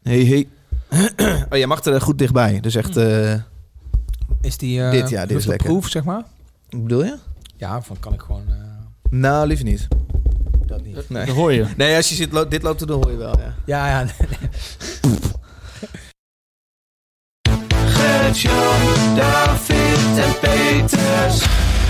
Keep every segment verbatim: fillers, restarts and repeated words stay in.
Hey, hey. Oh, jij mag er goed dichtbij. Dus echt... Uh, is die uh, dit, ja, dit is lekker. Proef, zeg maar? Wat bedoel je? Ja, van kan ik gewoon... Uh... Nou, liever niet. Dat niet. Nee. Dat hoor je. Nee, als je zit, lo- dit loopt, dan hoor je wel, ja. Ja, ja. Gert-Jan, David en Peters.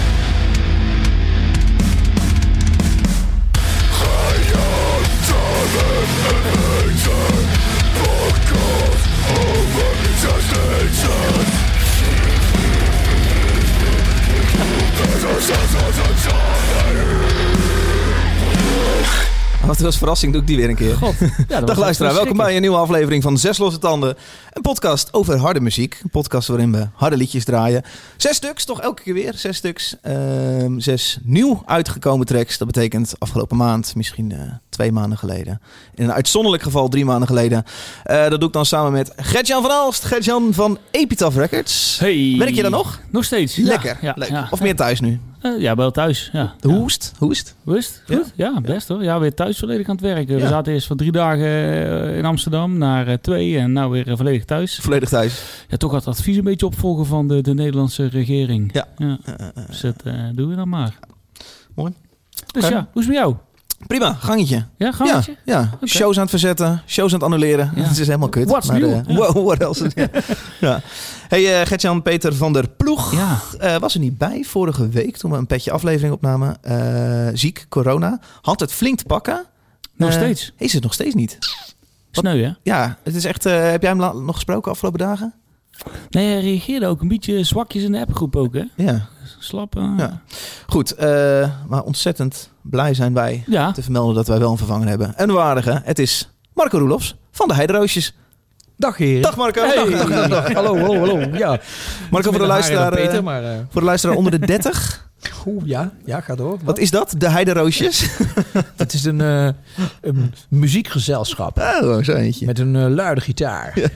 Wat was verrassing, doe ik die weer een keer. God, ja, Dag luisteraar, welkom bij een nieuwe aflevering van Zes Losse Tanden. Een podcast over harde muziek. Een podcast waarin we harde liedjes draaien. Zes stuks, toch elke keer weer. Zes stuks. Uh, zes nieuw uitgekomen tracks. Dat betekent afgelopen maand, misschien uh, twee maanden geleden. In een uitzonderlijk geval drie maanden geleden. Uh, dat doe ik dan samen met Gert-Jan van Aalst. Gert-Jan van Epitaph Records. Hey. Werk je daar nog? Nog steeds. Lekker. Ja, Leuk. ja, of ja. meer thuis nu? Uh, ja, wel thuis. Ja. De hoest? Hoest? Hoest? Goed? Ja, ja best hoor. Ja, weer thuis volledig aan het werken. Ja. We zaten eerst voor drie dagen in Amsterdam naar uh, twee en nou weer uh, volledig thuis. Volledig thuis. Ja, toch het advies een beetje opvolgen van de, de Nederlandse regering. Ja. ja. Uh, uh, uh. Dus dat uh, doen we dan maar. Mooi. Dus Okay. ja, hoe is het met jou? Prima, gangetje. Ja, gaan Ja, we? ja. Okay. Shows aan het verzetten, shows aan het annuleren. Ja. Het is helemaal kut. What's maar, new? Uh, Ja. wow, what else? ja. ja. Hey, uh, Gert-Jan Peter van der Ploeg Ja. uh, was er niet bij vorige week toen we een petje aflevering opnamen. Uh, ziek, corona. Had het flink te pakken. Nog Uh, steeds? Is het nog steeds niet? Sneu, hè? Ja, het is echt... Uh, heb jij hem la- nog gesproken afgelopen dagen? Nee, hij reageerde ook een beetje zwakjes in de appgroep ook, hè? Ja. Slap. Uh... ja. Goed, uh, maar ontzettend blij zijn wij Ja. te vermelden dat wij wel een vervanger hebben. Een waardige. Het is Marco Roelofs van de Heideroosjes. Dag heren. Dag Marco. Hey. Dag, dag, dag, dag. Hallo, hallo, hallo. Ja. Marco, voor de luisteraar, Peter, uh, maar, uh... voor de luisteraar onder de dertig. Oeh, ja, ja, ga door. Wat, Wat is dat? De Heideroosjes? Het is een, uh, een muziekgezelschap. Oh, zo eentje. Met een uh, luide gitaar. Ja.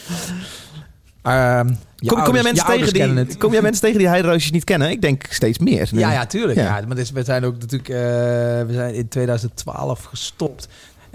Uh, Kom, kom, jij mensen tegen die, kom jij mensen tegen die Heideroosjes niet kennen? Ik denk steeds meer. Ja, ja, tuurlijk. Ja. Ja. Maar dit, we zijn ook natuurlijk... Uh, we zijn in twintig twaalf gestopt.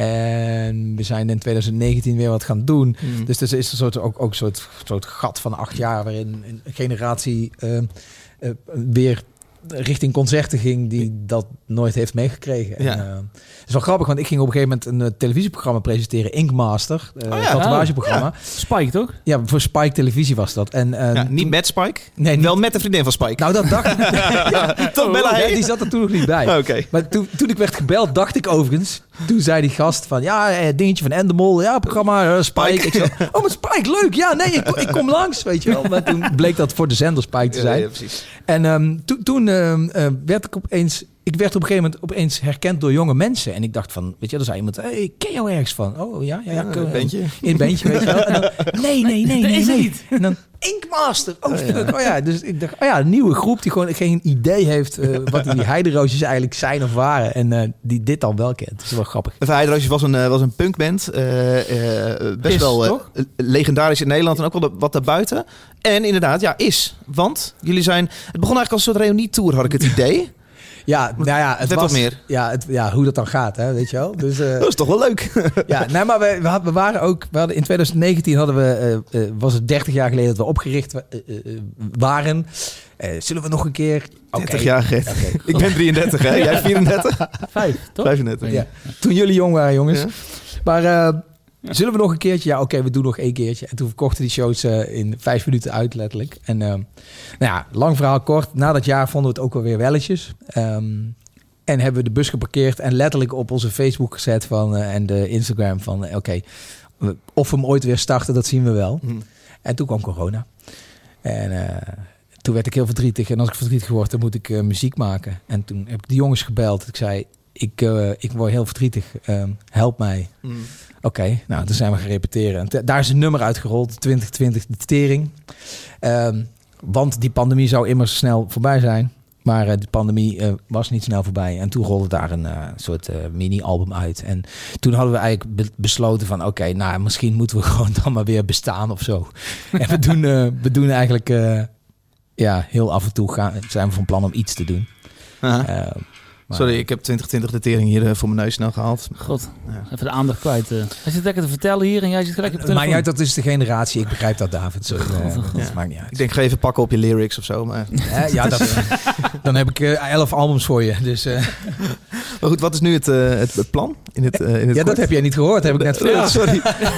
En we zijn in twintig negentien weer wat gaan doen. Hmm. Dus er is een soort, ook, ook een soort, soort gat van acht jaar... waarin een generatie uh, uh, weer richting concerten ging... die dat nooit heeft meegekregen. Ja. En, uh, het is wel grappig, want ik ging op een gegeven moment... een uh, televisieprogramma presenteren, Inkmaster. Uh, oh ja. tatoeageprogramma. Ja. Spike, toch? Ja, voor Spike Televisie was dat. En, uh, Ja, niet toen... met Spike? Nee, wel niet... met de vriendin van Spike. Nou, dat dacht ik. ja, toch Bella ja, Hey. die zat er toen nog niet bij. Oké. Okay. Maar toen, toen ik werd gebeld, dacht ik overigens... Toen zei die gast van... Ja, eh, dingetje van Endemol. Ja, programma uh, Spike. Spike. Ik zo, oh, maar Spike, leuk. Ja, nee, ik, ik kom langs, weet je wel. Maar toen bleek dat voor de zender Spike te zijn. Ja, ja, precies. En um, to, toen um, uh, werd ik opeens... Ik werd op een gegeven moment opeens herkend door jonge mensen. En ik dacht van, weet je, er zei iemand... Hey, ik ken jou ergens van. Oh, ja, ja, ja. Ja, een bandje. In een bandje, weet je wel. En dan, nee, nee, nee, Dat nee, is het nee. niet. En dan, Inkmaster. Oh, Oh, ja. oh ja, dus ik dacht, oh ja, een nieuwe groep die gewoon geen idee heeft... Uh, wat die Heideroosjes eigenlijk zijn of waren. En uh, die dit dan wel kent. Dat is wel grappig. De Heideroosjes was een, uh, was een punkband. Uh, uh, best Is, wel uh, toch? legendarisch in Nederland en ook wel de, wat daarbuiten. En inderdaad, ja, is. Want jullie zijn... Het begon eigenlijk als een soort reunietour, had ik het idee. Ja, nou ja, het Vet was wat meer. Ja, het, ja, hoe dat dan gaat, hè, weet je wel. Dus, uh, Dat is toch wel leuk. ja, nee, maar we, we, had, we waren ook, we hadden in twintig negentien hadden we, uh, uh, was het dertig jaar geleden dat we opgericht uh, uh, waren. Uh, zullen we nog een keer? dertig Okay. jaar, Gert. Okay. Ik ben drieëndertig, hè? Jij vierendertig? Vijf, toch? vijfendertig. Ja. Toen jullie jong waren, jongens. Ja. Maar uh, zullen we nog een keertje? Ja, oké, okay, we doen nog één keertje. En toen verkochten die shows uh, in vijf minuten uit, letterlijk. En uh, nou ja, lang verhaal kort. Na dat jaar vonden we het ook wel weer welletjes. Um, En hebben we de bus geparkeerd en letterlijk op onze Facebook gezet van, uh, en de Instagram van... Uh, oké, okay, of we hem ooit weer starten, dat zien we wel. Hmm. En toen kwam corona. En uh, toen werd ik heel verdrietig. En als ik verdrietig word, dan moet ik uh, muziek maken. En toen heb ik de jongens gebeld. Ik zei, ik, uh, ik word heel verdrietig. Um, help mij. Hmm. Oké, okay, nou, toen zijn we gaan repeteren. En t- daar is een nummer uitgerold, twintig twintig, de tering. Um, want die pandemie zou immers snel voorbij zijn. Maar uh, de pandemie uh, was niet snel voorbij. En toen rolde daar een uh, soort uh, mini-album uit. En toen hadden we eigenlijk be- besloten van... oké, okay, nou, misschien moeten we gewoon dan maar weer bestaan of zo. En we doen, uh, we doen eigenlijk... Uh, ja, heel af en toe gaan, zijn we van plan om iets te doen. Uh-huh. Uh, Maar, Sorry, ik heb twintig twintig de tering hier uh, voor mijn neus snel gehaald. God, Ja. even de aandacht kwijt. Uh. Hij zit lekker te vertellen hier en jij zit gelijk op de Het maakt telefoon. niet uit, dat is de generatie. Ik begrijp dat, David. Sorry, uh, dat Ja. maakt niet uit. Ik denk, ga even pakken op je lyrics of zo. Maar, Ja, ja dat, dan heb ik uh, elf albums voor je. Dus, uh, maar goed, wat is nu het, uh, het, het plan? In het, uh, in het ja, kort? dat heb jij niet gehoord. Heb ik net verteld. Ja, sorry.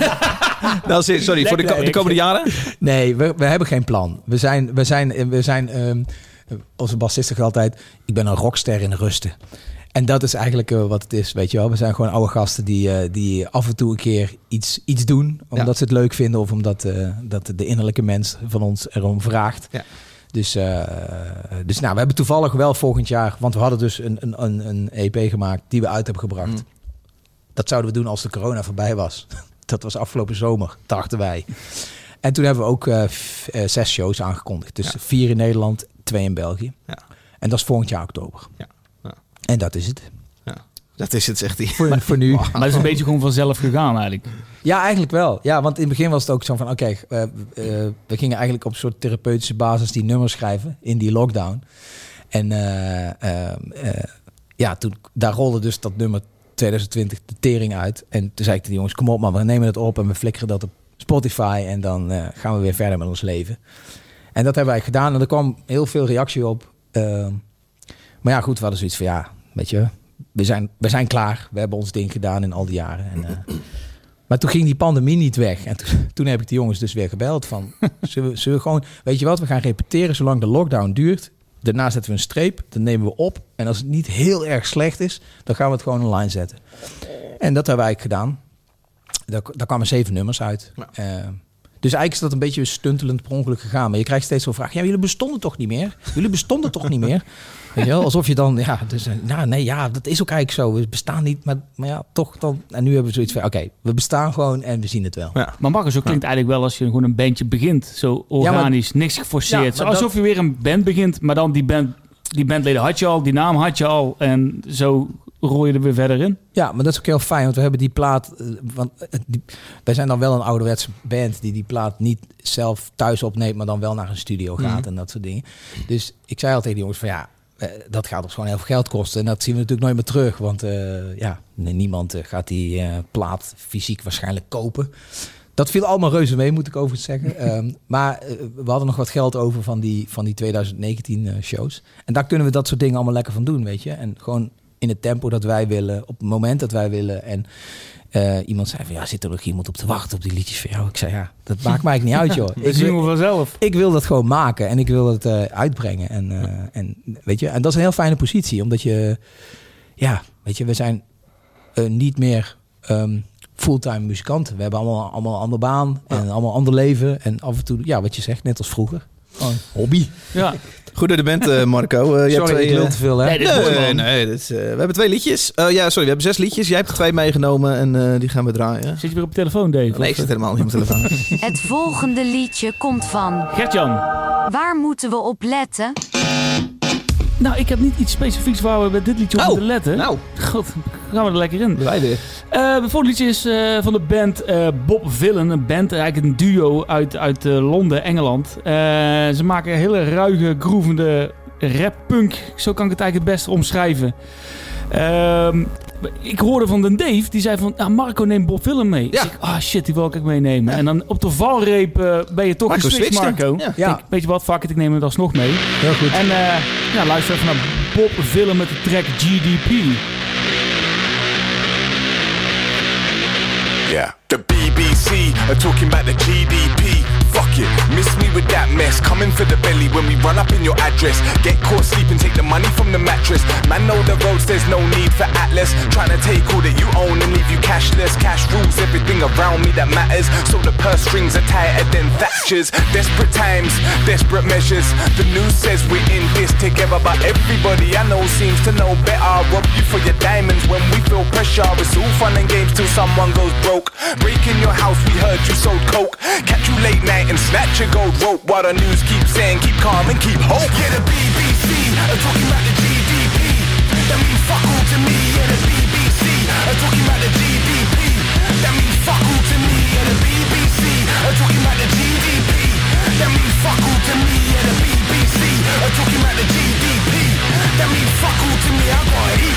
nou, sorry, voor de, ko- de komende jaren? Nee, we, we hebben geen plan. We zijn, we zijn, we zijn um, onze bassist zegt altijd, ik ben een rockster in rusten. En dat is eigenlijk uh, wat het is, weet je wel. We zijn gewoon oude gasten die, uh, die af en toe een keer iets, iets doen. Omdat ja. ze het leuk vinden of omdat uh, dat de innerlijke mens van ons erom vraagt. Ja. Dus, uh, dus nou, we hebben toevallig wel volgend jaar, want we hadden dus een, een, een E P gemaakt die we uit hebben gebracht. Mm. Dat zouden we doen als de corona voorbij was. Dat was afgelopen zomer, dachten wij. En toen hebben we ook uh, f- uh, zes shows aangekondigd. Dus ja. vier in Nederland, twee in België. Ja. En dat is volgend jaar oktober. Ja. Ja. En dat is het. Ja. Dat is het, zegt hij. Voor, voor nu. Maar dat is een beetje gewoon vanzelf gegaan eigenlijk. Ja, eigenlijk wel. Ja, want in het begin was het ook zo van... Oké, okay, uh, uh, we gingen eigenlijk op een soort therapeutische basis die nummers schrijven in die lockdown. En uh, uh, uh, ja, toen, daar rolde dus dat nummer twintig twintig de tering uit. En toen zei ik tegen de jongens, kom op man, we nemen het op en we flikkeren dat op Spotify. En dan uh, gaan we weer verder met ons leven. En dat hebben wij gedaan. En er kwam heel veel reactie op. Uh, maar ja, goed, we hadden zoiets van ja, weet je... We zijn, we zijn klaar. We hebben ons ding gedaan in al die jaren. En, uh, maar toen ging die pandemie niet weg. En toen, toen heb ik de jongens dus weer gebeld van... Zullen we, zullen we gewoon... Weet je wat, we gaan repeteren zolang de lockdown duurt. Daarna zetten we een streep. Dan nemen we op. En als het niet heel erg slecht is... dan gaan we het gewoon online zetten. En dat hebben wij gedaan. Daar, daar kwamen zeven nummers uit. Ja. Uh, dus eigenlijk is dat een beetje stuntelend per ongeluk gegaan. Maar je krijgt steeds zo'n vraag... Ja, jullie bestonden toch niet meer? Jullie bestonden toch niet meer? Weet je wel? Alsof je dan... Ja, dus, nou, nee, ja, dat is ook eigenlijk zo. We bestaan niet, maar, maar ja, toch dan... En nu hebben we zoiets van... Oké, okay, we bestaan gewoon en we zien het wel. Ja. Maar Marcus, zo klinkt ja. eigenlijk wel als je gewoon een bandje begint. Zo organisch, ja, maar, niks geforceerd. Ja, alsof dat... je weer een band begint, maar dan die band... Die bandleden had je al, die naam had je al. En zo rol je er weer verder in. Ja, maar dat is ook heel fijn. Want we hebben die plaat... Want die, wij zijn dan wel een ouderwetse band... die die plaat niet zelf thuis opneemt... maar dan wel naar een studio gaat mm. en dat soort dingen. Dus ik zei al tegen die jongens van... ja, dat gaat ons gewoon heel veel geld kosten. En dat zien we natuurlijk nooit meer terug. Want uh, ja, niemand uh, gaat die uh, plaat fysiek waarschijnlijk kopen. Dat viel allemaal reuze mee, moet ik overigens zeggen. Um, maar uh, we hadden nog wat geld over van die, van die twintig negentien uh, shows. En daar kunnen we dat soort dingen allemaal lekker van doen, weet je. En gewoon in het tempo dat wij willen, op het moment dat wij willen. En uh, iemand zei van, ja, zit er nog iemand op te wachten op die liedjes van jou? Ik zei, ja, dat maakt mij eigenlijk niet uit, joh. Dat zien we vanzelf. Ik wil dat gewoon maken en ik wil het uh, uitbrengen. En, uh, en, weet je, en dat is een heel fijne positie, omdat je... Ja, weet je, we zijn uh, niet meer... Um, fulltime muzikanten. We hebben allemaal, allemaal een andere baan en ja. allemaal een ander leven. En af en toe, ja, wat je zegt, net als vroeger. Oh, hobby. Ja. Goed door de band, uh, Marco. Uh, je sorry, hebt twee, ik wil te veel, hè? Nee, dit is nee, mooi, nee, dit is, uh, we hebben twee liedjes. Uh, ja, sorry, we hebben zes liedjes. Jij hebt er twee meegenomen en uh, die gaan we draaien. Zit je weer op de telefoon, Dave? Nee, ik zit helemaal niet op de telefoon. Het volgende liedje komt van... Gert-Jan. Waar moeten we op letten? Nou, ik heb niet iets specifieks waar we bij dit liedje op oh, moeten letten. Nou. God, gaan we er lekker in. Wij weer. Uh, het volgende liedje is uh, van de band uh, Bob Villen. Een band, eigenlijk een duo uit, uit uh, Londen, Engeland. Uh, ze maken hele ruige, groovende rap-punk. Zo kan ik het eigenlijk het beste omschrijven. Uh, ik hoorde van de Dave, die zei van... Ah, Marco, neem Bob Villen mee. Ja. Dus ik, ah shit, die wil ik ook meenemen. Ja. En dan op de valreep uh, ben je toch Marco geswitcht, Marco. Ja. Ja. Denk, weet je wat, fuck it, ik neem het alsnog mee. Heel goed. En uh, ja, luister even naar Bob Villen met de track G D P. Yeah. The B B C are talking about the G D P. Fuck it, miss me with that mess. Coming for the belly when we run up in your address. Get caught sleeping, take the money from the mattress. Man know the roads, there's no need for Atlas. Trying to take all that you own and leave you cashless. Cash rules everything around me that matters. So the purse strings are tighter than Thatcher's. Desperate times, desperate measures. The news says we're in this together, but everybody I know seems to know better. Rob you for your diamonds when we feel pressure. It's all fun and games till someone goes broke. Break in your house, we heard you sold coke. Catch you late night and snatch your gold rope. While the news keeps saying keep calm and keep hope. Yeah, the B B C are talking about the G D P. That means fuck all to me. Yeah, the B B C are talking about the G D P. That means fuck all to me. Yeah, the B B C are talking about the G D P. That means fuck all to me. Yeah, the B B C are talking about the G D P. That means fuck all to me. I got it.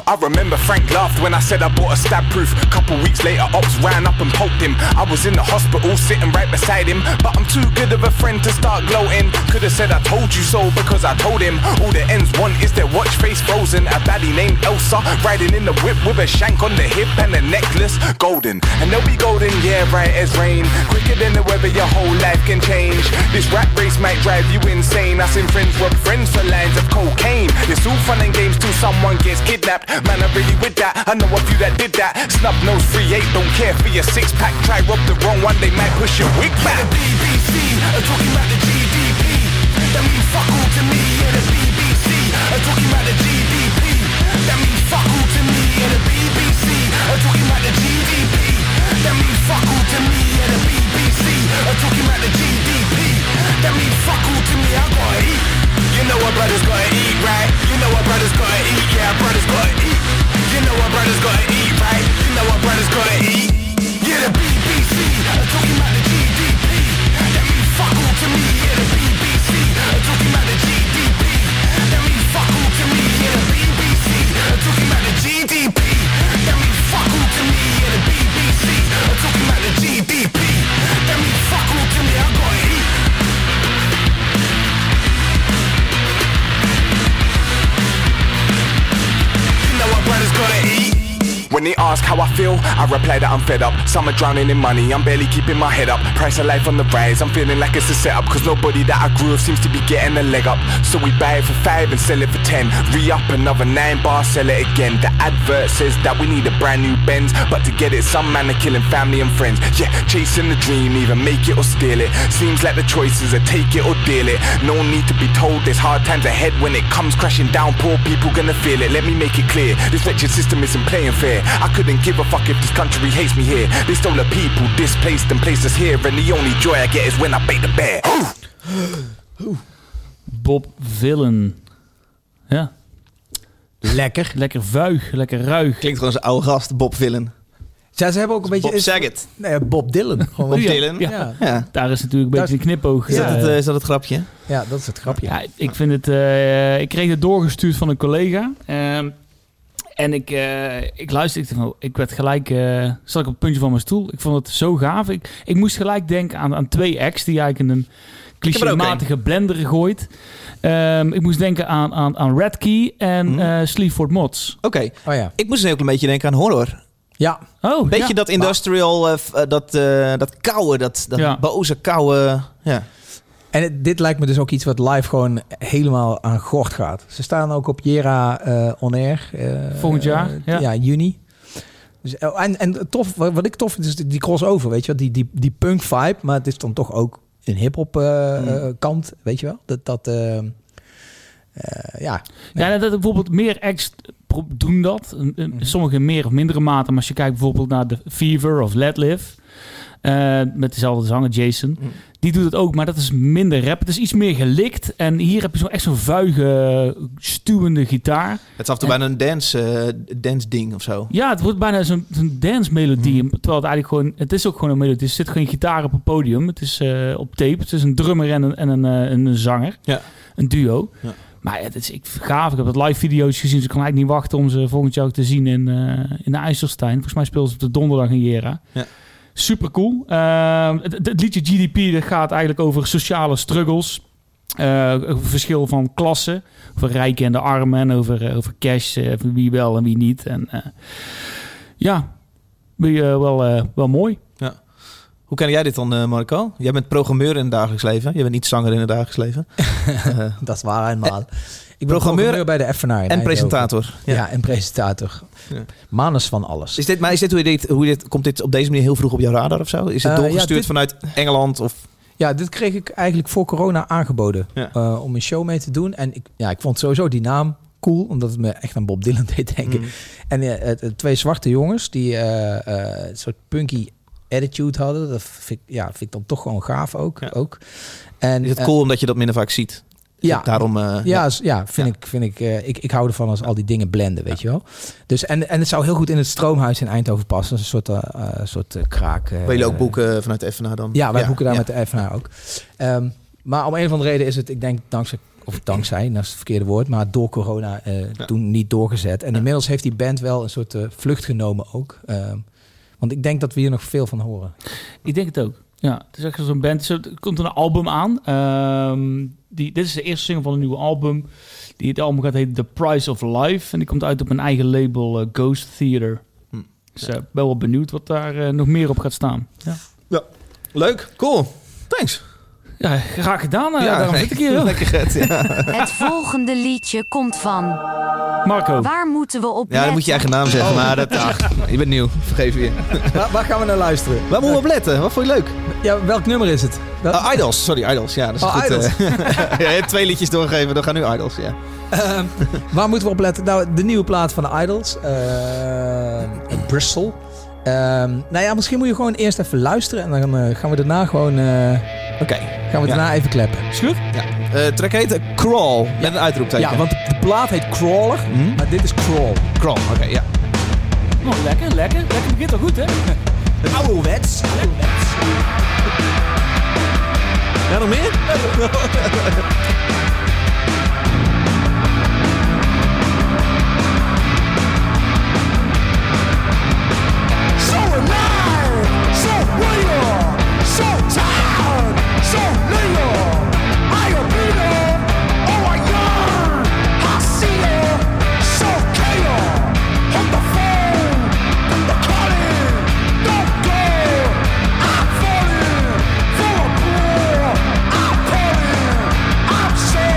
I remember Frank laughed when I said I bought a stab proof. Couple weeks later, ops ran up and poked him. I was in the hospital sitting right beside him, but I'm too good of a friend to start gloating. Could've said I told you so because I told him. All the ends want is their watch face frozen. A baddie named Elsa riding in the whip with a shank on the hip and a necklace golden. And they'll be golden, yeah, right as rain. Quicker than the weather, your whole life can change. This rat race might drive you insane. I seen friends rob friends for lines of cocaine. It's all fun and games till someone gets kidnapped. Man, I'm really with that. I know a few that did that. Snub nose three eight, don't care for your six pack. Try rob the wrong one, they might push your wig back. The B B C are talking about the G D P. That means fuck all to me. Yeah, the B B C are talking about the G D P. That means fuck all to me. Yeah, the B B C are talking about the G D P. That means fuck all to me. Yeah, the B B C are talking about the G D P. That means fuck all to me. I gotta eat. You know our brothers gotta eat, right? You know our brothers gotta eat. Yeah, our brothers gotta eat. You know our brothers gotta eat, right? You know our brothers gotta eat. Yeah, the B B C are talking about the G D P. That means fuck all to me. Yeah, the B B C are talking about the G D P. That means fuck all to me. Yeah, the B B C are talking about the G D P. That means fuck all to me. Yeah, the B B C are talking about the G D P. That means fuck all to me. I gotta eat. You know our brothers gotta eat. When they ask how I feel, I reply that I'm fed up. Some are drowning in money, I'm barely keeping my head up. Price of life on the rise, I'm feeling like it's a setup. Cause nobody that I grew with seems to be getting a leg up. So we buy it for five and sell it for ten. Re-up another nine bar, sell it again. The advert says that we need a brand new Benz, but to get it, some man are killing family and friends. Yeah, chasing the dream, either make it or steal it. Seems like the choices are take it or deal it. No need to be told there's hard times ahead. When it comes crashing down, poor people gonna feel it. Let me make it clear, this wretched system isn't playing fair. I couldn't give a fuck if this country hates me here. They stole the people, displaced and placed us here. And the only joy I get is when I bait the bear. Bob Villen. Ja. Lekker. Lekker vuig, lekker ruig. Klinkt gewoon als een oude gast, Bob Villen. Ja, ze hebben ook een beetje... Bob Saget. Nee, Bob Dylan. Gewoon Bob ja, Dylan. ja. Ja. Ja. Daar is natuurlijk een beetje een knipoog. Is, Ja, dat het, uh, is dat het grapje? Ja, dat is het grapje. ja, ik vind het... Uh, ik kreeg het doorgestuurd van een collega. Um, en ik, uh, ik luisterde. Ik, ik werd gelijk... Uh, zat ik op het puntje van mijn stoel. Ik vond het zo gaaf. Ik, ik moest gelijk denken aan, aan twee acts die eigenlijk in een clichématige blender gooit. Um, ik moest denken aan, aan, aan Red Key en Mm. uh, Sleaford Mods. Oké. Okay. Oh ja. Ik moest ook een beetje denken aan horror. Ja. Oh, Een beetje ja. dat industrial, uh, uh, dat, uh, dat koude, dat, dat Ja. boze koude... Ja. En het, dit lijkt me dus ook iets wat live gewoon helemaal aan gort gaat. Ze staan ook op Jera uh, On Air. Uh, Volgend jaar, uh, ja. ja, juni. Dus, uh, en en tof, wat, wat ik tof vind, is die crossover, weet je wel. Die, die, die punk vibe, maar het is dan toch ook een hip-hop uh, Mm. uh, kant, weet je wel. Dat, dat uh, uh, ja. Ja, dat bijvoorbeeld meer acts pro- doen dat. Sommige in meer of mindere mate. Maar als je kijkt bijvoorbeeld naar The Fever of Let Live. Uh, met dezelfde zanger, Jason. Mm. Die doet het ook, maar dat is minder rap. Het is iets meer gelikt. En hier heb je zo echt zo'n vuige, stuwende gitaar. Het is af en toe bijna een dance, uh, dance ding of zo. Ja, het wordt bijna zo'n, zo'n dance melodie. Mm. Terwijl het eigenlijk gewoon... Het is ook gewoon een melodie. Er zit geen gitaar op het podium. Het is uh, op tape. Het is een drummer en een, en een, uh, een zanger. Ja. Een duo. Ja. Maar het is ik, gaaf. Ik heb het live video's gezien. Dus ik kan eigenlijk niet wachten om ze volgend jaar ook te zien in, uh, in de IJsselstein. Volgens mij speelt ze op de donderdag in Jera. Ja. Super cool. Uh, het, het liedje G D P dat gaat eigenlijk over sociale struggles. Uh, over verschil van klassen. Over rijken en de armen. En over, uh, over cash. Uh, wie wel en wie niet. En uh, ja, ben je, uh, wel, uh, wel mooi. Ja. Hoe ken jij dit dan, uh, Marco? Jij bent programmeur in het dagelijks leven. Je bent niet zanger in het dagelijks leven. uh, Dat is waar eenmaal. Ik ben programmeur programmeur bij de F N A in en Eindhoven. presentator. Ja, Ja. en presentator. Ja. Manus van alles. Is dit, maar is dit hoe je dit, hoe je dit... Komt dit op deze manier heel vroeg op jouw radar of zo? Is het Uh, doorgestuurd ja, dit- vanuit Engeland? Of... Ja, dit kreeg ik eigenlijk voor corona aangeboden. Ja. Uh, om een show mee te doen. En ik, ja, ik vond sowieso die naam cool. Omdat het me echt aan Bob Dylan deed denken. Mm. En uh, het, het twee zwarte jongens die uh, uh, een soort punky attitude hadden. Dat vind ik, ja, vind ik dan toch gewoon gaaf ook. Ja. ook. En, Is het uh, cool omdat je dat minder vaak ziet? Is ja. het daarom... Uh, Ja, s- ja, vind Ja. ik, vind ik, uh, ik, ik hou ervan als al die dingen blenden, weet je wel. Dus, en, en het zou heel goed in het Stroomhuis in Eindhoven passen. Een soort, uh, uh, soort uh, kraak. Uh, Wil jullie ook boeken vanuit de F N A dan? Ja, wij boeken daar ja. met de F N A ook. Um, maar om een of andere reden is het, ik denk dankzij of dankzij, dat is het verkeerde woord, maar door corona uh, ja. toen niet doorgezet. En ja. inmiddels heeft die band wel een soort uh, vlucht genomen ook. Uh, want ik denk dat we hier nog veel van horen. Ik denk het ook. Ja, het is echt zo'n band. Er komt een album aan. Um, die, dit is de eerste single van een nieuwe album. Die het album gaat heten The Price of Life. En die komt uit op mijn eigen label uh, Ghost Theater. Hm. Dus ik uh, ben wel benieuwd wat daar uh, nog meer op gaat staan. Ja. Ja. Leuk, cool. Thanks. Ja, graag gedaan. Uh, ja, daarom zit ik hier. Lekker vet, ja. Het volgende liedje komt van... Marco. Waar moeten we op letten? Ja, dan moet je eigen naam zeggen, oh. maar dat, ach, je bent nieuw. Vergeef je. waar, waar gaan we naar luisteren? Waar moeten we op letten? Wat vond je leuk? Ja, welk nummer is het? Wel... Uh, Idols, sorry, Idols. Ja, dat is oh, goed. Idols. Uh, ja, je hebt twee liedjes doorgegeven, dan gaan nu Idols, ja. Uh, waar moeten we op letten? Nou, de nieuwe plaat van de Idols. Uh, Bristol. Uh, nou ja, misschien moet je gewoon eerst even luisteren en dan uh, gaan we daarna gewoon... Uh, Oké. Okay. Gaan we ja. daarna even kleppen. Is goed? Ja. Uh, track heet uh, Crawl, met ja. een uitroepteken. Ja, want de plaat heet Crawler, hmm? maar dit is Crawl. Crawl, oké, okay, ja. Oh, lekker, lekker. Lekker begint al goed, hè? Ouderwets. Ouderwets. Ja, nog meer? I'm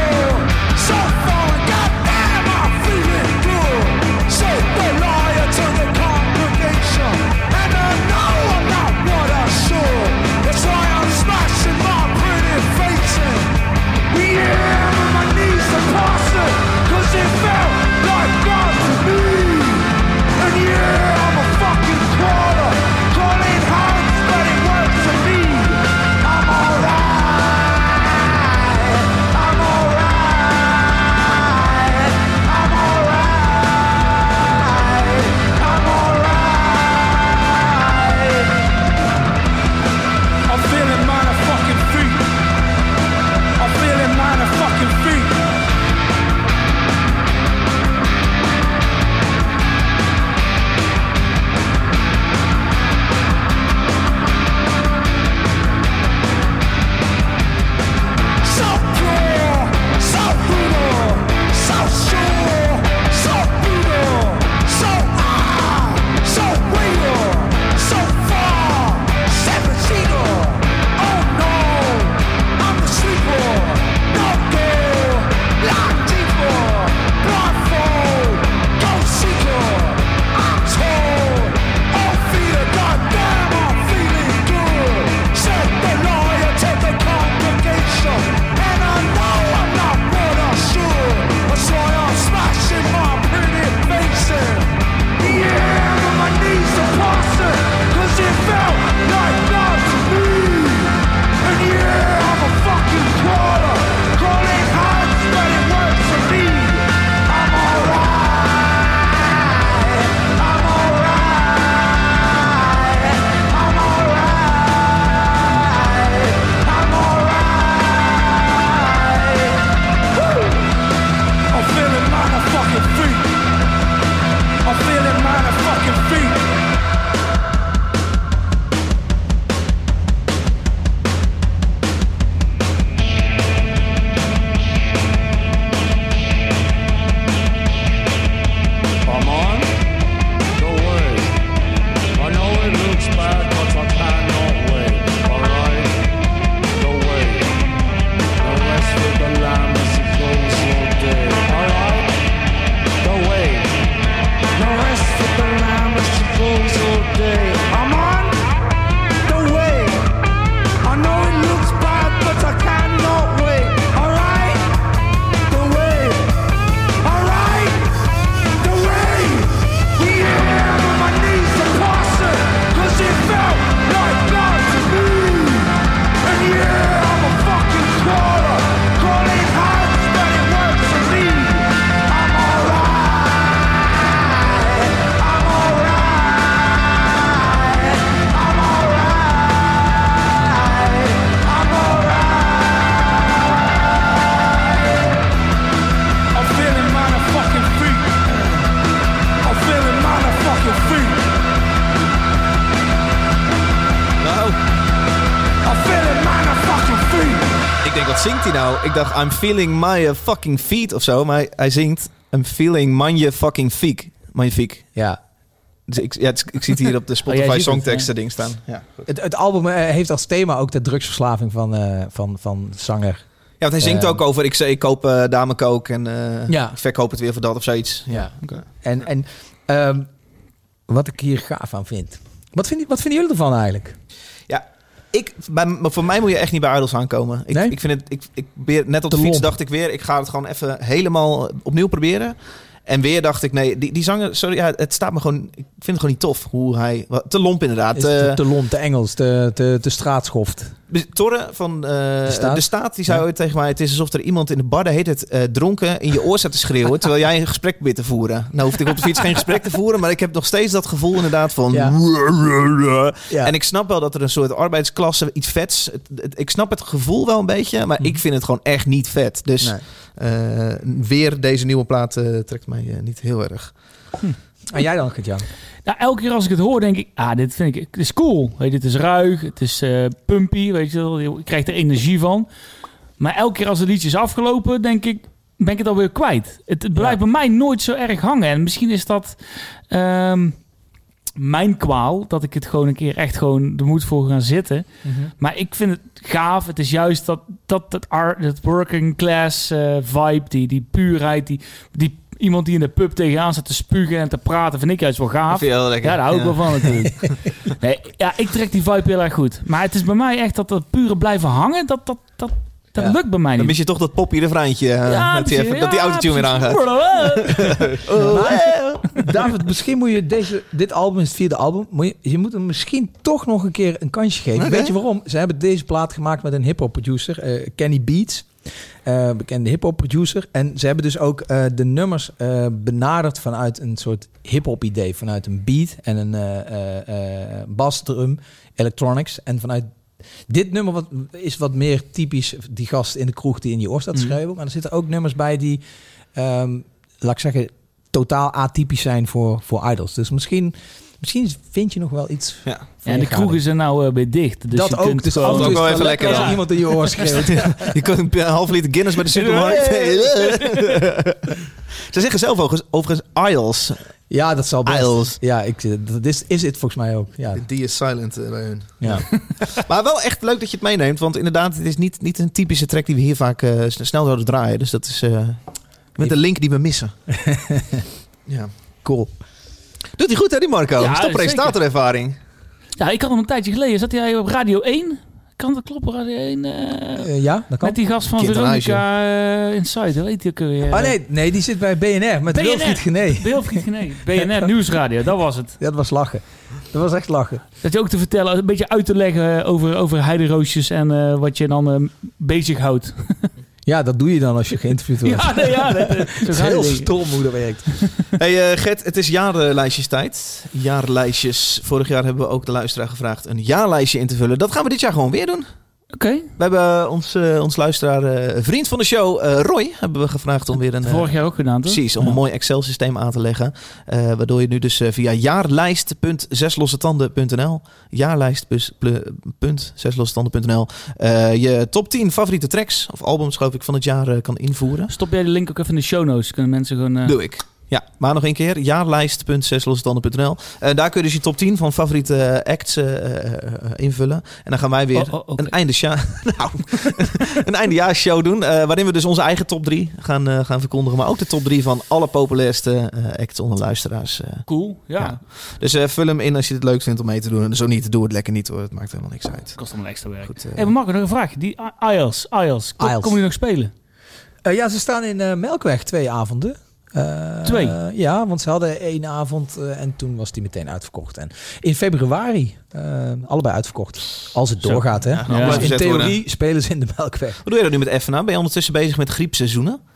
zingt hij nou? Ik dacht, I'm feeling my uh, fucking feet of zo. Maar hij, hij zingt, I'm feeling manje fucking feek. Magnifiek. Ja. Dus ik, ja, het, ik zie het hier op de Spotify oh, songteksten ja. ding staan. Ja, Het, het album uh, heeft als thema ook de drugsverslaving van, uh, van, van zanger. Ja, want hij zingt Uh, ook over, ik, ik koop uh, damekook en uh, Ja. ik verkoop het weer voor dat of zoiets. Ja. Okay. En, en um, wat ik hier gaaf aan vind. Wat, vind. wat vinden jullie ervan eigenlijk? Ja, ik, bij, maar voor mij moet je echt niet bij Idols aankomen. Ik, Nee? ik vind het, ik, ik weer, net op de Te fiets lomp. dacht ik weer, ik ga het gewoon even helemaal opnieuw proberen. En weer dacht ik, nee, die, die zanger, sorry, ja, het staat me gewoon, ik vind het gewoon niet tof hoe hij, wat, te lomp inderdaad. Is het Uh, te, te lomp, te Engels, te, te, te straatschoft. Torre van uh, de, Staat? staat. die zei Ja. ooit tegen mij, het is alsof er iemand in de bar, heet het, uh, dronken in je oor staat te schreeuwen, terwijl jij een gesprek probeert te voeren. Nou hoefde ik op de fiets geen gesprek te voeren, maar ik heb nog steeds dat gevoel inderdaad van... Ja. Ja. En ik snap wel dat er een soort arbeidsklasse, iets vets... Het, het, ik snap het gevoel wel een beetje, maar Hm. ik vind het gewoon echt niet vet. Dus Nee. uh, weer deze nieuwe plaat uh, trekt mij uh, niet heel erg. En jij dan, Gert-Jan? Nou, elke keer als ik het hoor, denk ik, ah, dit vind ik, het is cool. Weet je, het is ruig, het is uh, pumpy, weet je wel. Je krijgt er energie van. Maar elke keer als het liedje is afgelopen, denk ik, ben ik het alweer kwijt. Het, het blijft Ja. bij mij nooit zo erg hangen. En misschien is dat um, mijn kwaal, dat ik het gewoon een keer echt gewoon de moed voor gaan zitten. Mm-hmm. Maar ik vind het gaaf. Het is juist dat, dat, dat, art, dat working class uh, vibe, die, die puurheid, die, die iemand die in de pub tegenaan zit te spugen en te praten, vind ik juist wel gaaf. Dat vind je heel lekker. Ja, daar hou ik Ja. wel van natuurlijk. Nee, ja, ik trek die vibe heel erg goed. Maar het is bij mij echt dat dat pure blijven hangen, dat, dat, dat, dat Ja. lukt bij mij Dan niet. mis je toch dat poppy refreintje, uh, Ja, dat, die precies. even, dat die Ja, autotune weer precies. aangaat. Oh, maar, David, misschien moet je deze, dit album is het vierde album. Moet je, je moet hem misschien toch nog een keer een kansje geven. Oké. Weet je waarom? Ze hebben deze plaat gemaakt met een hip-hop producer, uh, Kenny Beats. Uh, bekende hip-hop producer. En ze hebben dus ook uh, de nummers uh, benaderd vanuit een soort hip-hop idee. Vanuit een beat en een uh, uh, uh, bass, drum, electronics. En vanuit dit nummer wat, is wat meer typisch die gast in de kroeg die in je oor staat te Mhm. schrijven. Maar er zitten ook nummers bij die, um, laat ik zeggen, totaal atypisch zijn voor, voor idols. Dus misschien, misschien vind je nog wel iets. Ja. Ja, en de je kroeg is er nou uh, weer dicht. Dus dat je ook. kunt Dus gewoon- af en toe ook is wel het even lekker als dan. iemand in je oor schreeuwt. Je kunt een halve liter Guinness bij de supermarkt. Ze zeggen zelf overigens, overigens Isles. Ja, dat zal best. Isles. Ja, ik, dat is, is het volgens mij ook. Ja. Die is silent uh, bij hun. Ja. Maar wel echt leuk dat je het meeneemt. Want inderdaad, het is niet, niet een typische track die we hier vaak uh, snel zouden draaien. Dus dat is uh, met een link die we missen. Ja. Cool. Doet hij goed hè, die Marco? Ja, is dat presentatorervaring? Ja, ik had hem een tijdje geleden. Zat hij op Radio één? Kan dat kloppen, Radio één? Uh, Uh, ja, dat kan. met die gast van Kind en Veronica uh, Inside, hoe heet die ook weer? Oh nee, nee, die zit bij B N R met B N R. Wilfried Gené. Wilfried Gené. B N R Nieuwsradio, dat was het. Ja, dat was lachen. Dat was echt lachen. Dat je ook te vertellen, een beetje uit te leggen over, over heideroosjes en uh, wat je dan uh, bezighoudt. Ja, dat doe je dan als je geïnterviewd wordt. Ja, nee, ja. Dat, uh, zo Dat is ga je heel denken. stom hoe dat werkt. Hey uh, Gert, het is jaarlijstjestijd. Jaarlijstjes. Vorig jaar hebben we ook de luisteraar gevraagd een jaarlijstje in te vullen. Dat gaan we dit jaar gewoon weer doen. Oké. We hebben ons, uh, ons luisteraar, uh, vriend van de show, uh, Roy, hebben we gevraagd om weer een... Uh, Vorig jaar ook gedaan, toch? Precies, om Ja. een mooi Excel-systeem aan te leggen. Uh, waardoor je nu dus uh, via jaarlijst punt zeslossetanden punt n l jaarlijst punt zeslossetanden punt n l uh, je top tien favoriete tracks of albums, geloof ik, van het jaar uh, kan invoeren. Stop jij de link ook even in de show notes? Kunnen mensen gewoon... Uh... Doe ik. Ja, maar nog een keer. jaarlijst punt zeslossetanden punt n l Uh, daar kun je dus je top tien van favoriete acts uh, uh, invullen. En dan gaan wij weer Oh, oh, okay. een, eindesja- nou, een eindejaarsshow doen. Uh, waarin we dus onze eigen top drie gaan, uh, gaan verkondigen. Maar ook de top drie van alle populairste uh, acts onder luisteraars. Uh. Cool, ja. Ja. Dus uh, vul hem in als je het leuk vindt om mee te doen. En zo niet, doe het lekker niet hoor. Het maakt helemaal niks uit. Kost allemaal extra werk. Goed, uh, Hey, maar Marco, nog een vraag. Die I E L T S, I E L T S, kom, I E L T S. kom je nog spelen? Uh, ja, ze staan in uh, Melkweg twee avonden. Uh, Twee? uh, ja, want ze hadden één avond uh, en toen was die meteen uitverkocht. En in februari, uh, allebei uitverkocht. Als het Zo. doorgaat, hè. Ja, Ja. Dus gezet in theorie worden. spelen ze in de Melkweg. Wat doe je er nu met F N A? Ben je ondertussen bezig met griepseizoenen?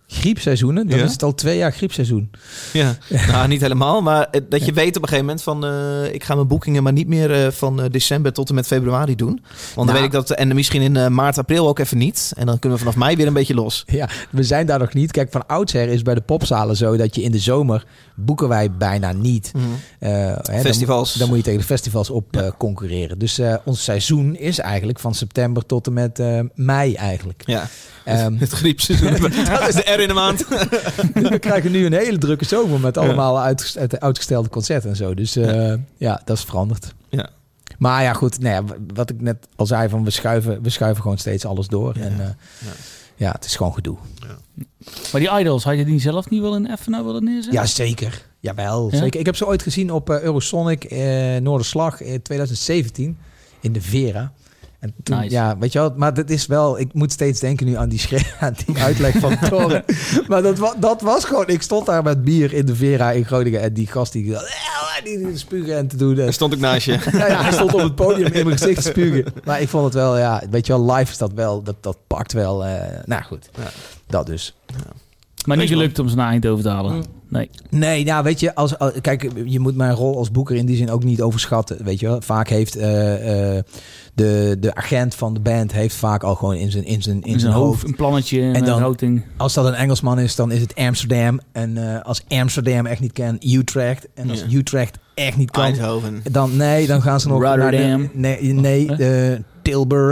Griepseizoenen? Dan Ja. is het al twee jaar griepseizoen. Ja, nou niet helemaal. Maar eh, dat je weet op een gegeven moment van... Uh, ik ga mijn boekingen maar niet meer uh, van uh, december tot en met februari doen. Want dan Nou. weet ik dat... En misschien in uh, maart, april ook even niet. En dan kunnen we vanaf mei weer een beetje los. Ja, we zijn daar nog niet. Kijk, van oudsher is bij de popzalen zo dat je in de zomer boeken wij bijna niet. Mm-hmm. Uh, hè, Festivals. Dan, dan moet je tegen de festivals op Ja. uh, concurreren. Dus uh, ons seizoen is eigenlijk van september tot en met uh, mei eigenlijk. Ja, Um, het griepseizoen. Dat is de R in de maand. we krijgen nu een hele drukke zomer met allemaal uitgest- uitgestelde concerten en zo. Dus uh, ja. ja, dat is veranderd. Ja. Maar ja, goed. Nou ja, wat ik net al zei, van we schuiven, we schuiven gewoon steeds alles door. Ja. En uh, Ja. ja, het is gewoon gedoe. Maar die Idols, had je die zelf niet wel in F N O willen neerzetten? Ja, zeker. Jawel, Ja? zeker. Ik heb ze ooit gezien op uh, Eurosonic uh, Noorderslag in twintig zeventien in de Vera. En toen, Nice. ja, weet je wel, maar dat is wel, ik moet steeds denken nu aan die, schre- aan die uitleg van Toren. Maar dat, wa- dat was gewoon, ik stond daar met bier in de Vera in Groningen en die gast die, die, die spugen en te doen. Er stond ik naast je. Ja, ja, hij stond op het podium in mijn gezicht te spugen. Maar ik vond het wel, ja, weet je wel, live is dat wel, dat, dat pakt wel. Uh, nou goed, Ja. dat dus. Maar niet Wees gelukt om ze naar Eindhoven te halen. Mm. Nee. Nee, nou weet je, als, als, kijk, je moet mijn rol als boeker in die zin ook niet overschatten. Weet je wel, vaak heeft uh, uh, de, de agent van de band heeft vaak al gewoon in zijn, in zijn, in In zijn hoofd. een plannetje en En dan- een routing. Als dat een Engelsman is, dan is het Amsterdam. En uh, als Amsterdam echt niet kan, Utrecht. En als Ja. Utrecht echt niet kan, Eindhoven. dan nee, dan gaan ze nog naar de, Rotterdam. nee, nee, de Tilburg.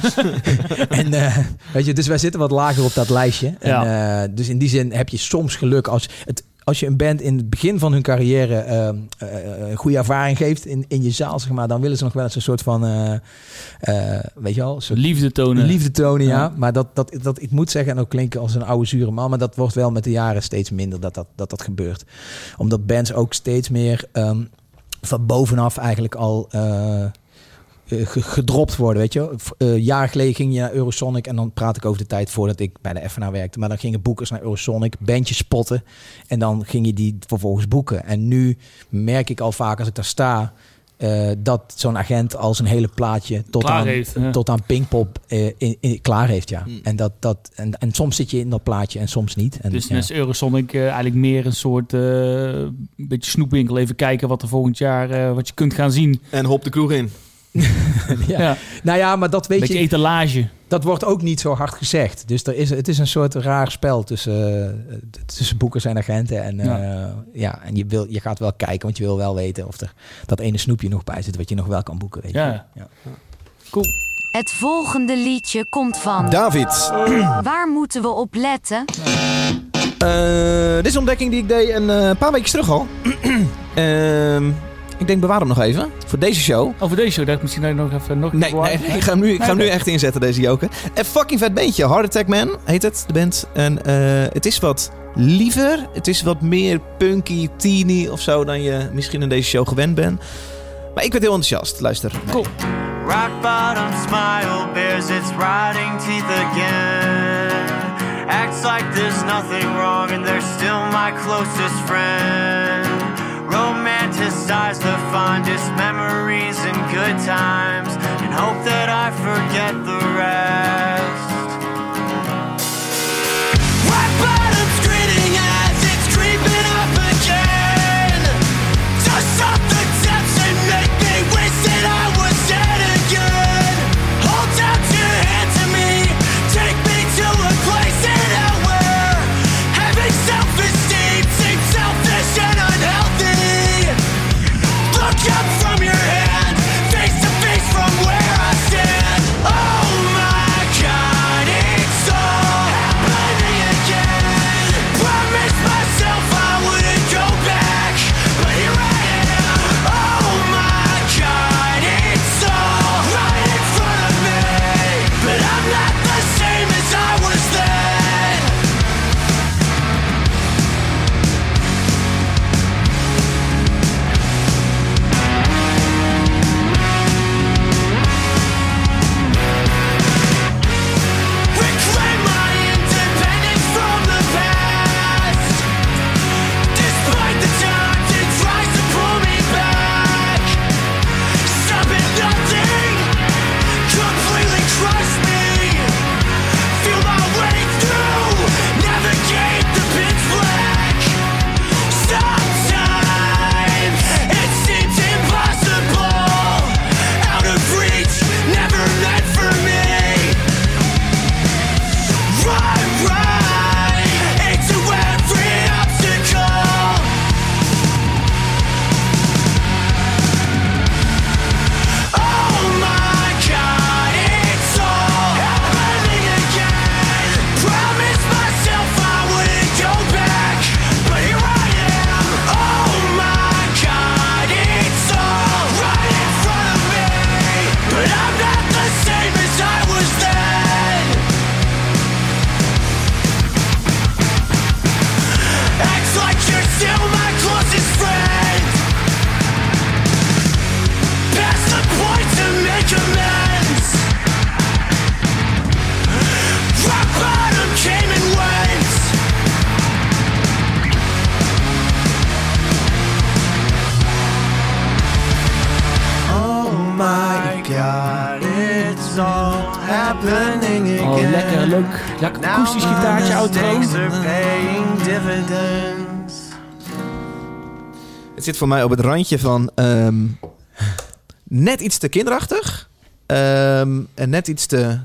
en uh, weet je, dus wij zitten wat lager op dat lijstje. En, uh, dus in die zin heb je soms geluk als het. Als je een band in het begin van hun carrière uh, uh, een goede ervaring geeft in, in je zaal, zeg maar, dan willen ze nog wel eens een soort van, uh, uh, weet je wel, een soort Liefde tonen. liefde tonen, ja. Ja. Maar dat, dat, dat, ik moet zeggen, en ook klinken als een oude zure man, maar dat wordt wel met de jaren steeds minder dat dat, dat, dat gebeurt. Omdat bands ook steeds meer um, van bovenaf eigenlijk al uh, uh, gedropt worden, weet je wel. Uh, jaren geleden ging je naar Eurosonic en dan praat ik over de tijd voordat ik bij de F N A werkte. Maar dan gingen boekers naar Eurosonic, bandjes spotten en dan ging je die vervolgens boeken. En nu merk ik al vaak als ik daar sta, uh, dat zo'n agent al zijn hele plaatje tot Klaar aan, heeft, ja. tot aan Pinkpop uh, in, in, klaar heeft, ja. Hmm. En, dat, dat, en, en soms zit je in dat plaatje en soms niet. En, Dus ja. net als Eurosonic uh, eigenlijk meer een soort uh, beetje snoepwinkel. Even kijken wat er volgend jaar uh, wat je kunt gaan zien. En hop de kroeg in. ja. Ja. Nou ja, maar dat weet Beetje je, etalage. dat wordt ook niet zo hard gezegd. Dus er is, het is een soort raar spel tussen, uh, tussen boekers en agenten. En, uh, ja. ja, en je, wil, je gaat wel kijken, want je wil wel weten of er dat ene snoepje nog bij zit wat je nog wel kan boeken. Weet je. Ja. Ja. Cool. Het volgende liedje komt van... David. Waar moeten we op letten? Uh, dit is een ontdekking die ik deed een uh, paar weken terug al. uh, ik denk bewaar hem nog even. Voor deze show. Over deze show, dacht ik misschien dat je nog even... Nog Nee, nee, nee, ik ga hem nu, ik ga hem nu Nee, echt inzetten, deze joker. Een fucking vet beentje. Heart Attack Man heet het, de band. En uh, het is wat liever. Het is wat meer punky, teeny of zo dan je misschien in deze show gewend bent. Maar ik werd heel enthousiast. Luister. Cool. Rock bottom smile bears its rotting teeth again. Acts like there's nothing wrong and they're still my closest friend. Romanticize the fondest memories and good times and hope that I forget the rest. Rock bottom's grinning as it's creeping up again. Dust off the depths and make me wish that I was dead again. Hold out your hand to me, take me to a place in hell where having self-esteem seems selfish and unhealthy. Look up from your hand, face to face from where I stand. Oh my God. leuk ja, akoestisch gitaartje, outro. Het zit voor mij op het randje van um, net iets te kinderachtig. Um, en net iets te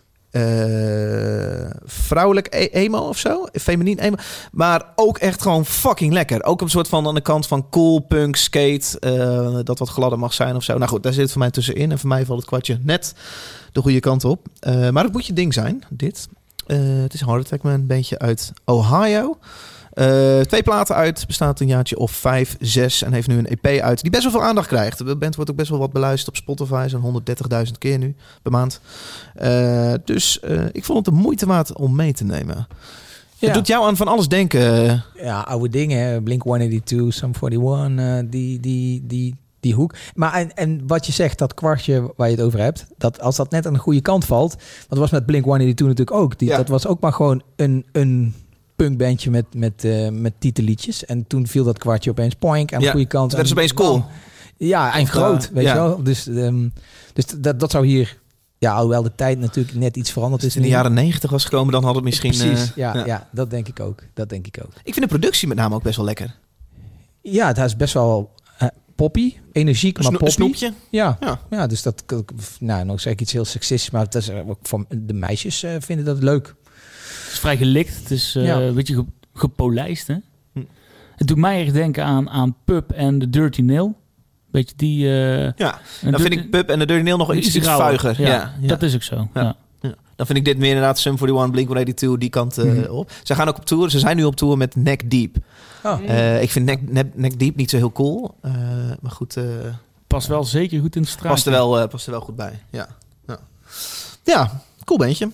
uh, vrouwelijk e- emo of zo. Feminien emo. Maar ook echt gewoon fucking lekker. Ook op een soort van aan de kant van cool, punk, skate. Uh, dat wat gladder mag zijn of zo. Nou goed, daar zit het voor mij tussenin. En voor mij valt het kwartje net de goede kant op. Uh, maar het moet je ding zijn, dit. Uh, het is een Heart Attack Man, een beetje uit Ohio. Uh, twee platen uit, bestaat een jaartje of vijf, zes en heeft nu een E P uit die best wel veel aandacht krijgt. De band wordt ook best wel wat beluisterd op Spotify, zo'n honderddertigduizend keer nu per maand. Uh, dus uh, ik vond het de moeite waard om mee te nemen. Ja. Het doet jou aan van alles denken. Ja, oude dingen, Blink honderdtweeënnegentig, Sum eenenveertig, uh, die, die, die, die hoek. Maar en, en wat je zegt, dat kwartje waar je het over hebt, dat als dat net aan de goede kant valt, want dat was met Blink honderdtweeënnegentig natuurlijk ook. Die, ja. Dat was ook maar gewoon een... een punkbandje met, met, uh, met titelliedjes. En toen viel dat kwartje opeens poink aan de ja, goede kant. Dat is opeens cool. Ja, en groot, weet ja. je wel. Dus, um, dus dat, dat zou hier... Ja, alhoewel de tijd natuurlijk net iets veranderd is. Als het in de jaren negentig was gekomen, dan had het misschien... Precies, uh, ja, ja. ja, dat denk ik ook. Dat denk ik ook. Ik vind de productie met name ook best wel lekker. Ja, het is best wel uh, poppy. Energiek, maar Sno- poppy. Snoepje. Ja. Ja. ja, dus dat... Nou, nog zeg ik iets heel seksistisch, maar het is ook voor de meisjes uh, vinden dat leuk. Het is vrij gelikt. Het is uh, ja. een beetje ge- gepolijst. Hè? Hm. Het doet mij echt denken aan, aan Pub en The Dirty Nail. Weet je, die... Uh, ja, dan vind ik Pub en The Dirty Nail nog iets, iets vuiger. Ja, ja, ja, dat is ook zo. Ja. Ja. Ja. Dan vind ik dit meer inderdaad Sum eenenveertig, Blink honderdtweeënnegentig, die kant uh, mm-hmm. op. Ze gaan ook op tour. Ze zijn nu op tour met Neck Deep. Oh. Uh, ik vind Neck, Neck, Neck Deep niet zo heel cool. Uh, maar goed... Uh, past wel zeker goed in de straat. Past er wel, uh, past er wel goed bij. Ja, ja. ja cool bandje.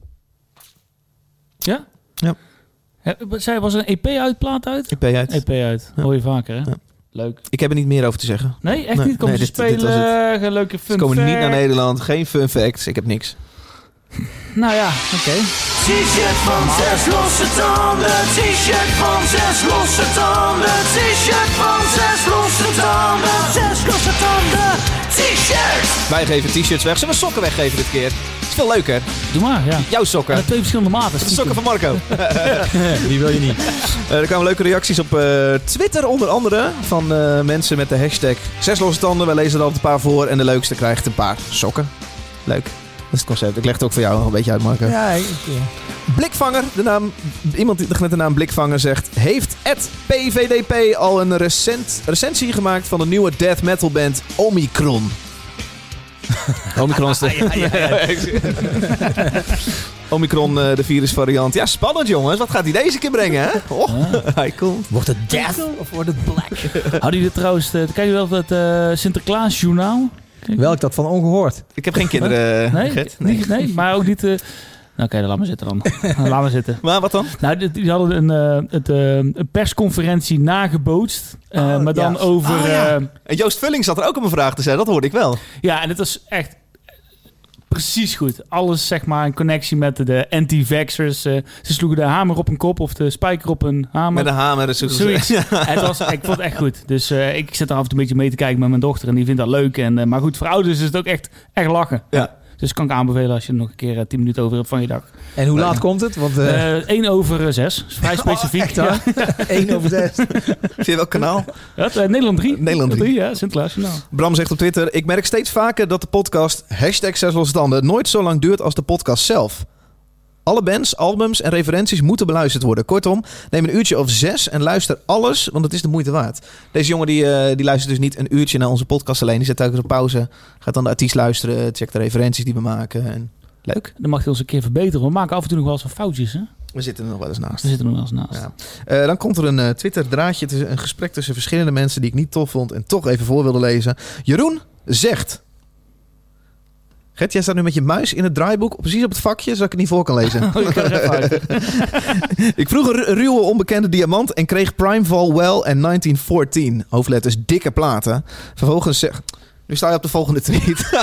Ja? Ja. ja. Zij was een E P uit, plaat uit? E P uit. E P uit. Ja. Hoor je vaker, hè? Ja. Leuk. Ik heb er niet meer over te zeggen. Nee, echt nee, niet? Komen nee, ze dit, spelen? Dit leuke fun Ze komen fact. niet naar Nederland. Geen fun facts. Ik heb niks. Nou ja, oké. Okay. T-shirt van zes losse tanden. T-shirt van zes losse tanden. T-shirt van zes losse tanden. Zes losse tanden. T-shirt. Wij geven t-shirts weg. Zullen we sokken weggeven dit keer? is veel leuker. Doe maar, ja. Jouw sokken. En twee verschillende maten. De sokken van Marco. Die wil je niet. Uh, er kwamen leuke reacties op uh, Twitter onder andere. Van uh, mensen met de hashtag zes losse tanden. Wij lezen er altijd een paar voor. En de leukste krijgt een paar sokken. Leuk. Dat is het concept. Ik leg het ook voor jou nog een beetje uit, Marco. Ja, ik, ja. Blikvanger, de naam, iemand die met de naam Blikvanger zegt... Heeft het P V D P al een recent, recensie gemaakt van de nieuwe death metal band Omicron? Omicron is de... ja, ja, ja, ja. Omicron, uh, de virusvariant. Ja, spannend jongens. Wat gaat hij deze keer brengen, hè? Oh, ja. Hij komt. Wordt het death of wordt het black? Hadden jullie trouwens... Uh, kijk je wel het uh, Sinterklaasjournaal? Welk dat van ongehoord? Ik heb geen kinderen. Nee, nee. nee, nee maar ook niet... Uh, Nou, oké, okay, dan laat maar zitten dan. Laat maar zitten. Maar wat dan? Nou, die hadden een, uh, het, uh, een persconferentie nagebootst. Uh, oh, maar dan ja. over... Oh, ja. uh, en Joost Vulling zat er ook om een vraag te zijn. Dat hoorde ik wel. Ja, en het was echt precies goed. Alles, zeg maar, in connectie met de anti-vaxxers. Uh, ze sloegen de hamer op een kop of de spijker op een hamer. Met een hamer. Dus zoiets. Ja. Het was, ik vond het echt goed. Dus uh, ik zit er af en toe een beetje mee te kijken met mijn dochter. En die vindt dat leuk. En, uh, maar goed, voor ouders is het ook echt, echt lachen. Ja. Dus kan ik aanbevelen als je er nog een keer uh, tien minuten over hebt van je dag. En hoe laat komt het? Want uh... uh, één over zes. Is vrij specifiek. Oh, ja. één over zes. Zie je welk kanaal? Ja, uh, Nederland drie. Nederland drie. Ja, Sinterklaasjournaal. Bram zegt op Twitter... Ik merk steeds vaker dat de podcast hashtag zes losse tanden nooit zo lang duurt als de podcast zelf. Alle bands, albums en referenties moeten beluisterd worden. Kortom, neem een uurtje of zes en luister alles, want het is de moeite waard. Deze jongen die, uh, die luistert dus niet een uurtje naar onze podcast alleen. Die zet telkens op pauze, gaat dan de artiest luisteren, checkt de referenties die we maken. En leuk. Dan mag hij ons een keer verbeteren. We maken af en toe nog wel eens wat foutjes, hè? We zitten er nog wel eens naast. We zitten er nog wel eens naast. Ja. Uh, dan komt er een uh, Twitter-draadje, tussen, een gesprek tussen verschillende mensen die ik niet tof vond en toch even voor wilde lezen. Jeroen zegt... Gert, jij staat nu met je muis in het draaiboek, precies op het vakje, zodat ik het niet voor kan lezen. Oh, ik, ik vroeg een ru- ruwe onbekende diamant en kreeg Primeval Well en negentien veertien. Hoofdletters dikke platen. Vervolgens zeg... Nu sta je op de volgende tweet.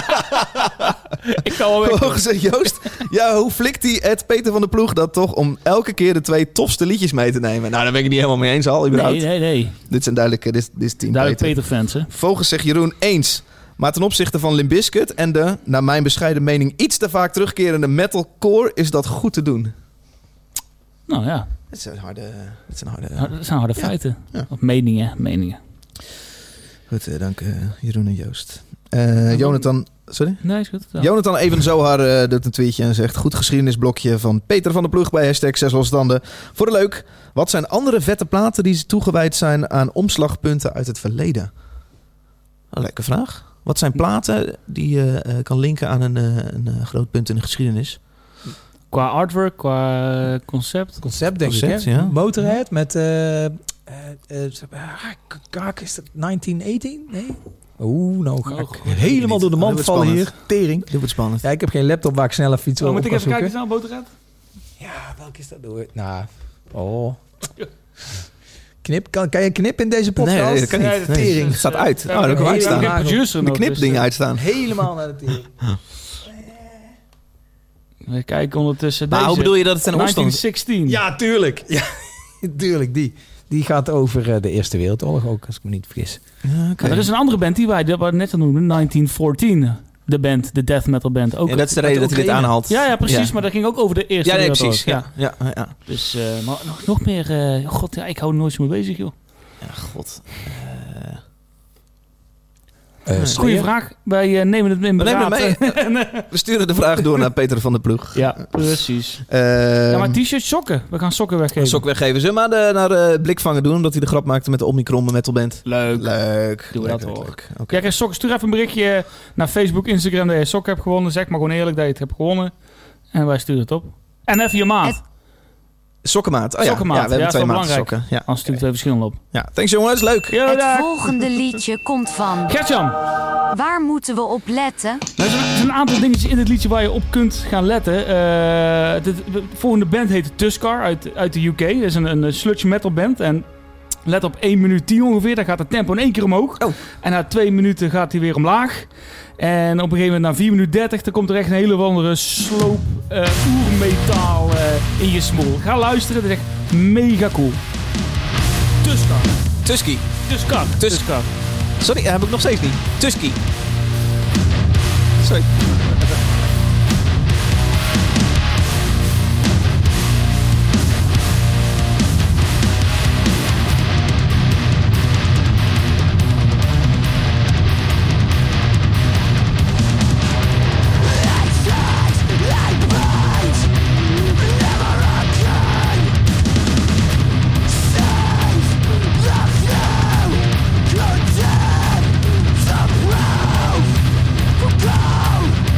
Ik kan wel weg. Vervolgens zegt Joost... Ja, hoe flikt die Ed Peter van der Ploeg dat toch om elke keer de twee tofste liedjes mee te nemen? Nou, daar ben ik het niet helemaal mee eens al, überhaupt. Nee, nee, nee. Dit zijn duidelijk... Dit, dit is team Duidelijk Peter. Peter-fans, hè? Vervolgens zegt Jeroen eens... Maar ten opzichte van Limp Bizkit en de, naar mijn bescheiden mening, iets te vaak terugkerende metalcore is dat goed te doen. Nou ja, Het zijn harde... Het zijn harde dat zijn harde Ja. feiten. Ja. Of meningen, meningen. Goed, eh, dank uh, Jeroen en Joost. Uh, Jonathan... Sorry? Nee, is goed. Ja. Jonathan Even Zohar uh, doet een tweetje en zegt... Goed geschiedenisblokje van Peter van der Ploeg bij hashtag zes losse tanden. Voor de leuk. Wat zijn andere vette platen die toegewijd zijn aan omslagpunten uit het verleden? Een lekker vraag. Wat zijn platen die je uh, kan linken aan een, uh, een uh, groot punt in de geschiedenis? Qua artwork, qua uh, concept. Concept, denk Concept, ik, hè? ja. Motorhead met... Uh, uh, uh, kak, is dat negentien achttien? Nee? Oeh, nou ga Oh, ik goed. helemaal Niet. door de Oh, mand dit wordt vallen hier. spannend. Tering. Dit wordt spannend. Ja, ik heb geen laptop waar ik snel even iets Oh, op moet ik kan even kijken zoeken. snel, Boterheid? Ja, welke is dat? Door? Nou, oh. Knip, kan, kan je knip in deze podcast? Nee, nee, dat kan niet. Nee, dat Nee, is, Tering. het staat uit. Ja, Oh, dat we kan hebben uitstaan. geen producer De nog, dus, knipdingen uh, uitstaan. Helemaal naar de tering. We kijken ondertussen Maar deze. hoe bedoel je dat het ten negentien opstand... zestien. Ja, tuurlijk. Ja, tuurlijk. Die, die gaat over uh, de Eerste Wereldoorlog ook, als ik me niet vergis. Ja, oké. Maar er is een andere band die wij dat we net al noemden, negentien veertien. De band, de death metal band. Ook, Ja, dat is de reden dat hij dit Oekraïne. aanhaalt. ja, ja, precies. Ja. Maar dat ging ook over de Eerste Ja, nee, Wereldoorlog. precies. Ja, ja, ja. Dus, uh, maar nog, nog meer... Uh, God, ja, ik hou er nooit zo mee bezig, joh. Ja, god. Uh, Uh, Goeie Slayer. vraag. Wij uh, nemen het in we nemen beraad. hem mee. We sturen de vraag door naar Peter van der Ploeg. Ja, precies. Uh, Ja, maar t-shirts, sokken. We gaan sokken weggeven. Sok weggeven. Zullen we maar de, naar de blikvanger doen, omdat hij de grap maakte met de Omicron metalband. Leuk. Leuk. Doen we leuk, dat leuk, wel. leuk. Oké. Kijk, sokken, stuur even een berichtje naar Facebook, Instagram dat je sokken hebt gewonnen. Zeg maar gewoon eerlijk dat je het hebt gewonnen. En wij sturen het op. En even je maat. Het- Sokkenmaat. Oh, ja. Sokkenmaat. Ja, we hebben Ja, twee is wel maten belangrijk. sokken. Ja. Anders stuurt twee verschillende op. ja. Thanks jongens, leuk. Ja, Het dag. volgende liedje komt van... Gertjan, Waar moeten we op letten? nou, er zijn- er zijn een aantal dingetjes in dit liedje waar je op kunt gaan letten. Uh, de, de volgende band heet Tuskar uit, uit de U K. Dat is een, een sludge metal band. En let op één minuut tien ongeveer. Dan gaat het tempo in één keer omhoog. Oh. En na twee minuten gaat hij weer omlaag. En op een gegeven moment na vier minuten dertig... dan komt er echt een hele andere sloop uh, oermetaal uh, in je smoel. Ga luisteren, dat is echt mega cool. Tuskar. Tusky. Tuskar. Tus- Tuskar. Sorry, heb ik nog steeds niet. Tusky. Sorry. Go!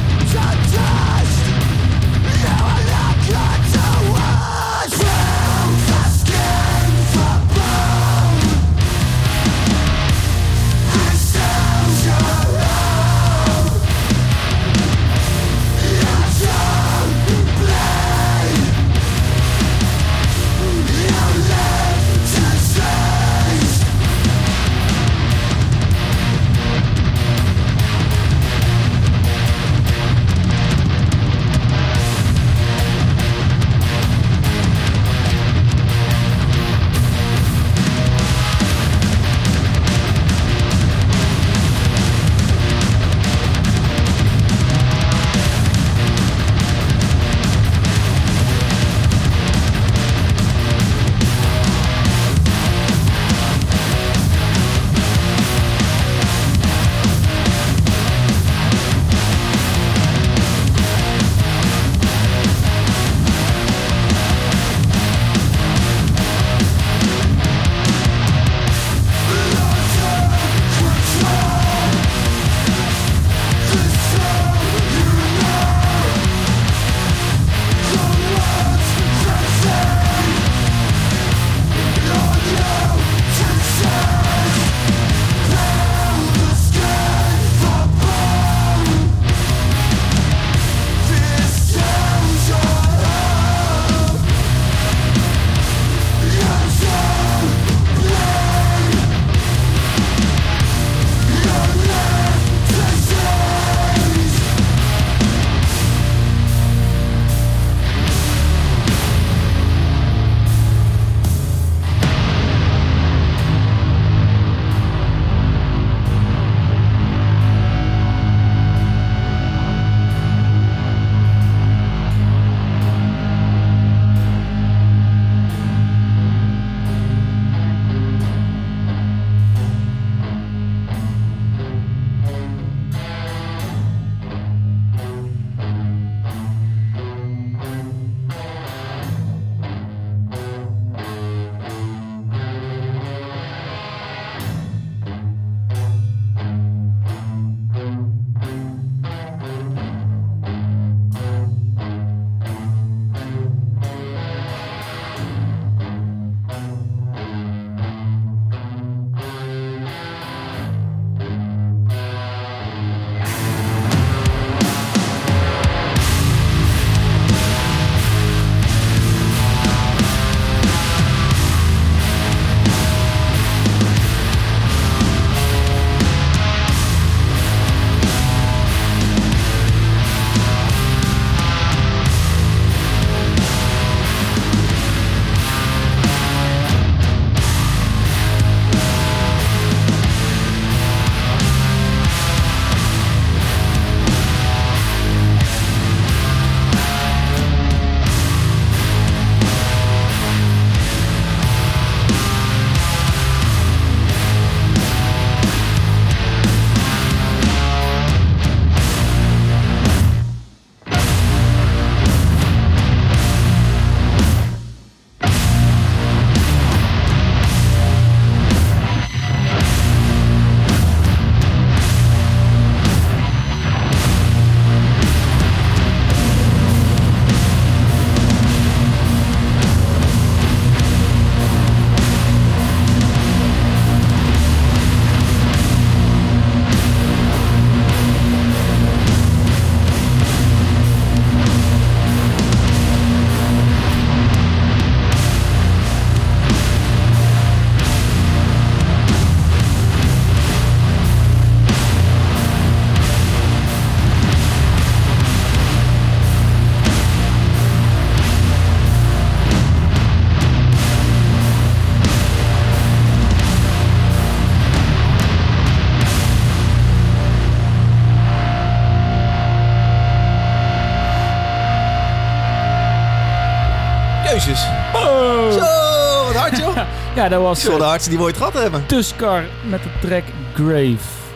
Jezus. Oh! Zo, wat hard joh. Ja, dat was Dat is wel de hardste die we ooit gehad hebben. Tuskar met de track Grave.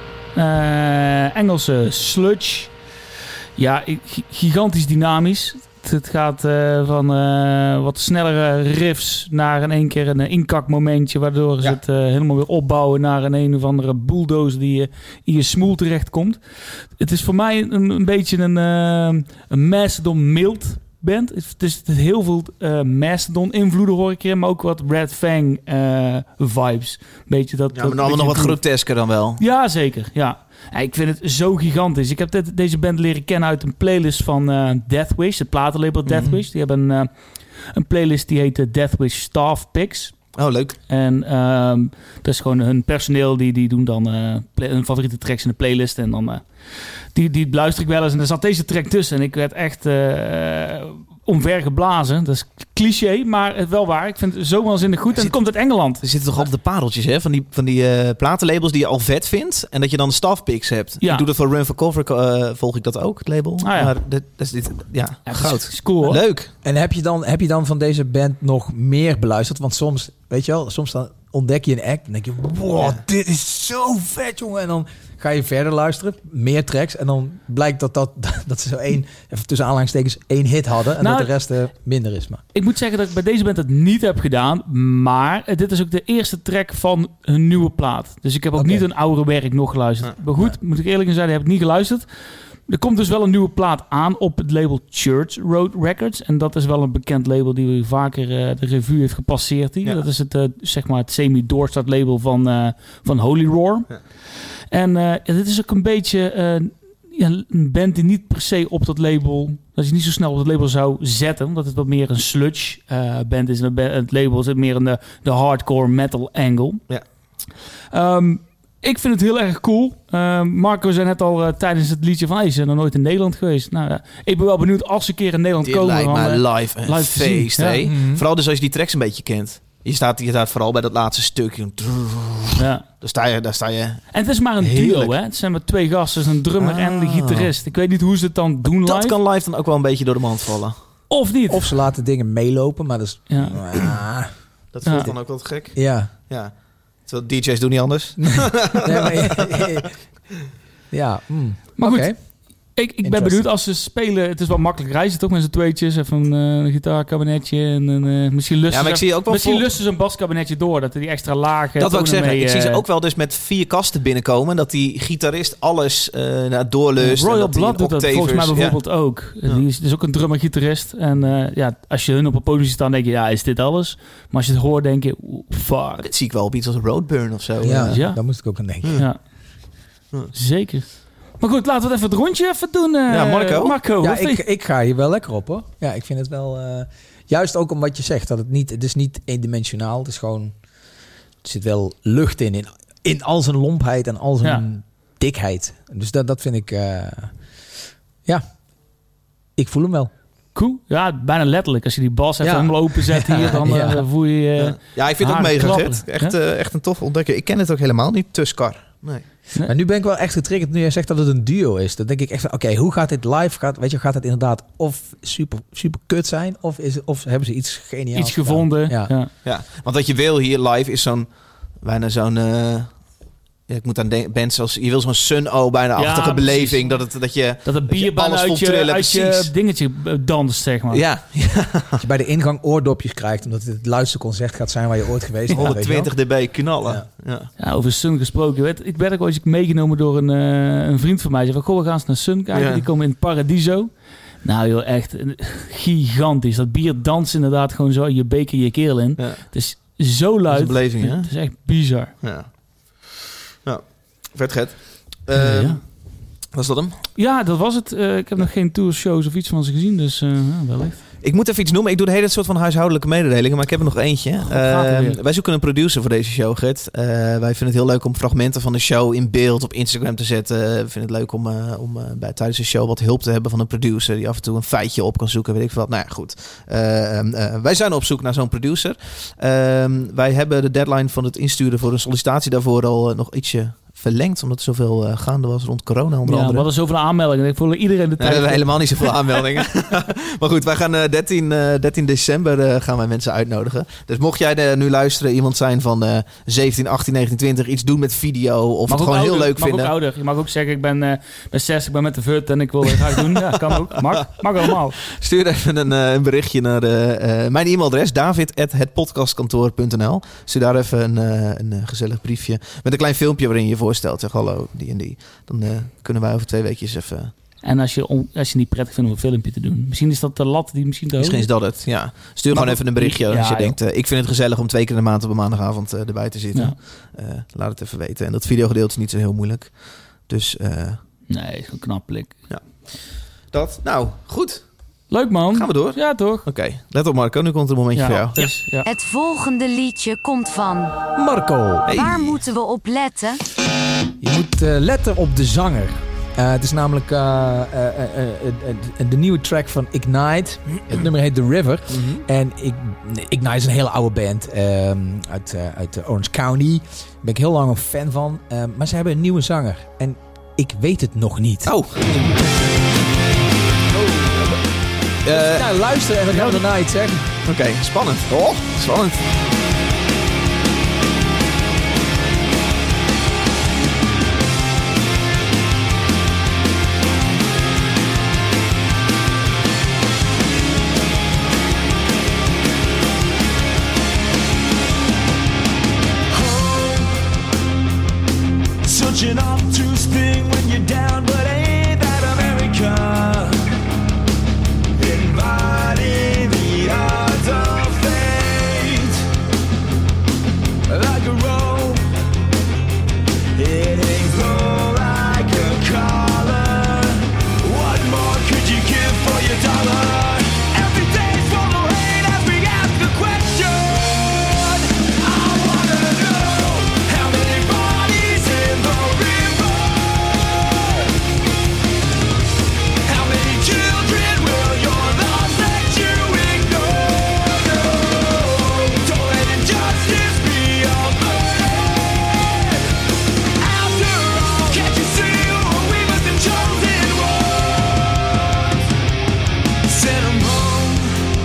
Uh, Engelse sludge. Ja, gi- gigantisch dynamisch. Het gaat uh, van uh, wat snellere riffs naar in één keer een inkakmomentje, waardoor ze Ja. het uh, helemaal weer opbouwen naar een een of andere bulldozer die uh, in je smoel terechtkomt. Het is voor mij een, een beetje een, uh, een Mastodon mild band. Het is heel veel uh, Mastodon invloeden hoor ik hier, maar ook wat Red Fang uh, vibes. Beetje dat. Ja, dat maar allemaal nog wat beetje- grotesker dan wel. Ja, zeker. Ja. Ja, ik vind het zo gigantisch. Ik heb dit, deze band leren kennen uit een playlist van uh, Deathwish, het platenlabel Deathwish. Die hebben uh, een playlist die heet uh, Deathwish Staff Picks. Oh, leuk. En um, dat is gewoon hun personeel, die, die doen dan uh, play, hun favoriete tracks in de playlist. En dan uh, die, die beluister ik wel eens. En er zat deze track tussen. En ik werd echt uh, omvergeblazen. Dat is cliché, maar het wel waar. Ik vind het zo waanzinnig goed. En het komt uit Engeland. Er zitten toch op de pareltjes hè? van die, van die uh, platenlabels die je al vet vindt. En dat je dan staffpicks hebt. Ja. Ik doe dat voor Run for Cover, uh, volg ik dat ook, het label. Ah, ja. Maar dat, dat is dit, ja, Ja, het goud. is, is cool hoor. Leuk. En heb je, dan, heb je dan van deze band nog meer beluisterd? Want soms, weet je wel, soms dan ontdek je een act en denk je, wow, Ja. dit is zo vet, jongen. En dan ga je verder luisteren, meer tracks. En dan blijkt dat, dat, dat ze zo één, even tussen aanhalingstekens, één hit hadden. En Nou, dat de rest uh, minder is. Maar. Ik moet zeggen dat ik bij deze band het niet heb gedaan. Maar dit is ook de eerste track van hun nieuwe plaat. Dus ik heb ook Oké. niet een oude werk nog geluisterd. Ja. Maar goed, moet ik eerlijk zijn, heb ik niet geluisterd. Er komt dus wel een nieuwe plaat aan op het label Church Road Records. En dat is wel een bekend label die vaker uh, de revue heeft gepasseerd. Hier. Ja. Dat is het, uh, zeg maar het semi-doorstart label van, uh, van Holy Roar. Ja. En uh, ja, dit is ook een beetje uh, ja, een band die niet per se op dat label... dat je niet zo snel op het label zou zetten. Omdat het wat meer een sludge uh, band is. En het, het label zit meer in de, de hardcore metal angle. Ja. Um, ik vind het heel erg cool. Uh, Marco zei net al uh, tijdens het liedje van... Hey, ze zijn nog nooit in Nederland geweest. Nou, uh, ik ben wel benieuwd als ze een keer in Nederland Dit komen. lijkt dan, me uh, live een live te zien. feest. Ja. hè? Mhm. Vooral dus als je die tracks een beetje kent. Je staat, je staat vooral bij dat laatste stuk. ja. Daar sta je... Daar sta je En het is maar een Heerlijk. duo, hè? Het zijn maar twee gasten. Een drummer Ah. en de gitarist. Ik weet niet hoe ze het dan doen live. dat kan live dan ook wel een beetje door de mand vallen. Of niet. Of ze laten dingen meelopen, maar dat is... Ja. Ah, Dat voelt Ja. dan ook wel gek. ja. Ja. Terwijl D J's doen niet anders. Nee, maar, ja, mm. Maar goed, Oké. ik, ik ben Interesting. benieuwd als ze spelen. Het is wel makkelijk reizen, toch? Met z'n tweetjes. Even een uh, gitaarkabinetje. En een, uh, misschien lusten Ja, maar ik ze, zie ook wel misschien vol- lusten ze een baskabinetje door. Dat er die extra lagen... Dat wil ik tonen zeggen. mee, ik zie ze uh, ook wel dus met vier kasten binnenkomen. Dat die gitarist alles uh, naar doorlust. en Royal dat die Blood doet dat octavers- volgens mij ja. bijvoorbeeld ook. Ja. Die is dus ook een drummer-gitarist. En uh, ja, als je hun op een podium ziet, dan denk je, ja, is dit alles? Maar als je het hoort, denk je, oeh, fuck. Dit zie ik wel op iets als Roadburn of zo. Ja, Ja. daar moest ik ook aan denken. Ja, Ja. zeker. Maar goed, laten we het even het rondje even doen. uh, Ja, Marco. Marco, Ja, wat vind ik, je? ik ga hier wel lekker op hoor. Ja, ik vind het wel... uh, juist ook om wat je zegt, dat het niet... Het is niet eendimensionaal. Het is gewoon... Er zit wel lucht in. In, in al zijn lompheid en al zijn Ja. dikheid. Dus dat, dat vind ik... Uh, ja. Ik voel hem wel. Cool. Ja, bijna letterlijk. Als je die bas even Ja. helemaal openzet hier, dan uh, Ja. voel je... uh, Ja. Ja, ik vind het ook haren mega klapperen. vet. Echt, uh, echt een tof ontdekker. Ik ken het ook helemaal niet, Tuskar. Nee. Nee. Maar nu ben ik wel echt getriggerd nu jij zegt dat het een duo is. Dan denk ik echt van, oké, hoe gaat dit live? Gaat, weet je, gaat het inderdaad of super, super kut zijn? Of, is, het- of hebben ze iets geniaals iets gedaan? gevonden. Ja. Ja. Ja, want wat je wil hier live is zo'n... Bijna zo'n... uh, ja, ik moet aan denken, bands als... Je wil zo'n Sun-O bijna Ja, achtige precies. beleving. Dat, het, dat je... Dat het Dat je bier bijna alles uit, voelt je, trillen, uit je precies. dingetje uh, danst, zeg maar. Ja, Als je bij de ingang oordopjes krijgt, omdat het het luidste concert gaat zijn waar je ooit geweest bent. weet je wel. honderdtwintig dB knallen. Ja. Ja. Ja, over Sun gesproken. Werd, ik werd ook ooit meegenomen door een, uh, een vriend van mij. Hij zei van, goh, we gaan eens naar Sun kijken. Ja. Die komen in Paradiso. Nou joh, echt uh, gigantisch. Dat bier danst inderdaad gewoon zo je beker je keel in. Ja. Het is zo luid. een beleving, hè? Het is echt bizar. Ja. Nou, vet get. Ja. Uh, Was dat hem? Ja, dat was het. Uh, ik heb nog geen tours, shows of iets van ze gezien. Dus uh, ja, wellicht. Ik moet even iets noemen. Ik doe de hele soort van huishoudelijke mededelingen, maar ik heb er nog eentje. gaat er Uh, weer. wij zoeken een producer voor deze show, Gert. Uh, wij vinden het heel leuk om fragmenten van de show in beeld op Instagram te zetten. We vinden het leuk om, uh, om uh, bij, tijdens de show wat hulp te hebben van een producer die af en toe een feitje op kan zoeken. Weet ik veel wat. Nou ja, goed. Uh, uh, wij zijn op zoek naar zo'n producer. Uh, wij hebben de deadline van het insturen voor een sollicitatie daarvoor al uh, nog ietsje verlengd omdat er zoveel uh, gaande was rond corona onder Ja, andere. we hadden zoveel aanmeldingen. Ik voelde iedereen de Nee, we tijd. hebben helemaal niet zoveel aanmeldingen. Maar goed, wij gaan uh, dertien, uh, dertien december uh, gaan wij mensen uitnodigen. Dus mocht jij uh, nu luisteren, iemand zijn van uh, zeventien, achttien, negentien, twintig, iets doen met video of Mag het ook gewoon heel ouder, leuk mag vinden. Ook ouder. Je mag ook zeggen, ik ben, uh, ben zestig, ik ben met de V U T en ik wil het graag doen. Ja, kan ook. Mag, mag allemaal. Stuur even een, uh, een berichtje naar uh, uh, mijn e-mailadres, david at het podcastkantoor punt n l. Stuur daar even een, uh, een uh, gezellig briefje met een klein filmpje waarin je je voorstelt. Zeg hallo, die en die. Dan uh, kunnen wij over twee weekjes even... En als je, on, als je niet prettig vindt om een filmpje te doen. Misschien is dat de lat die misschien te hoog Misschien is is. dat het, ja. Stuur Maar gewoon even een berichtje ja, als je joh. denkt... Uh, ik vind het gezellig om twee keer in de maand op een maandagavond uh, erbij te zitten. Ja. Uh, laat het even weten. En dat videogedeelte is niet zo heel moeilijk. Dus uh, Nee, is gewoon knap blik. dat. Nou, goed. Leuk man. Gaan we door? Ja, toch? Oké, okay. Let op Marco, nu komt er een momentje Ja, voor jou. dus, ja. Het volgende liedje komt van... Marco. Hey. Waar moeten we op letten? Je moet uh, letten op de zanger. Uh, het is namelijk uh, uh, uh, uh, uh, de nieuwe track van Ignite. Het nummer heet The River. Mm-hmm. En ik, Ignite is een hele oude band um, uit, uh, uit uh, Orange County. Daar ben ik heel lang een fan van. Uh, maar ze hebben een nieuwe zanger. En ik weet het nog niet. Oh. Dus, uh, nou, luister en dan gaan we daarna iets zeggen. Oké, okay, spannend. Oh, spannend. Searching off to spring when you're down, but ain't that America? Inviting the odds of fate, like a rope, it hangs low like a collar. What more could you give for your dollar? Every day's full of hate as we ask the question. I wanna know how many bodies in the river. How many children will your love let you ignore? No, don't let injustice be your burden. After all, can't you see we must have chosen ones? Send 'em home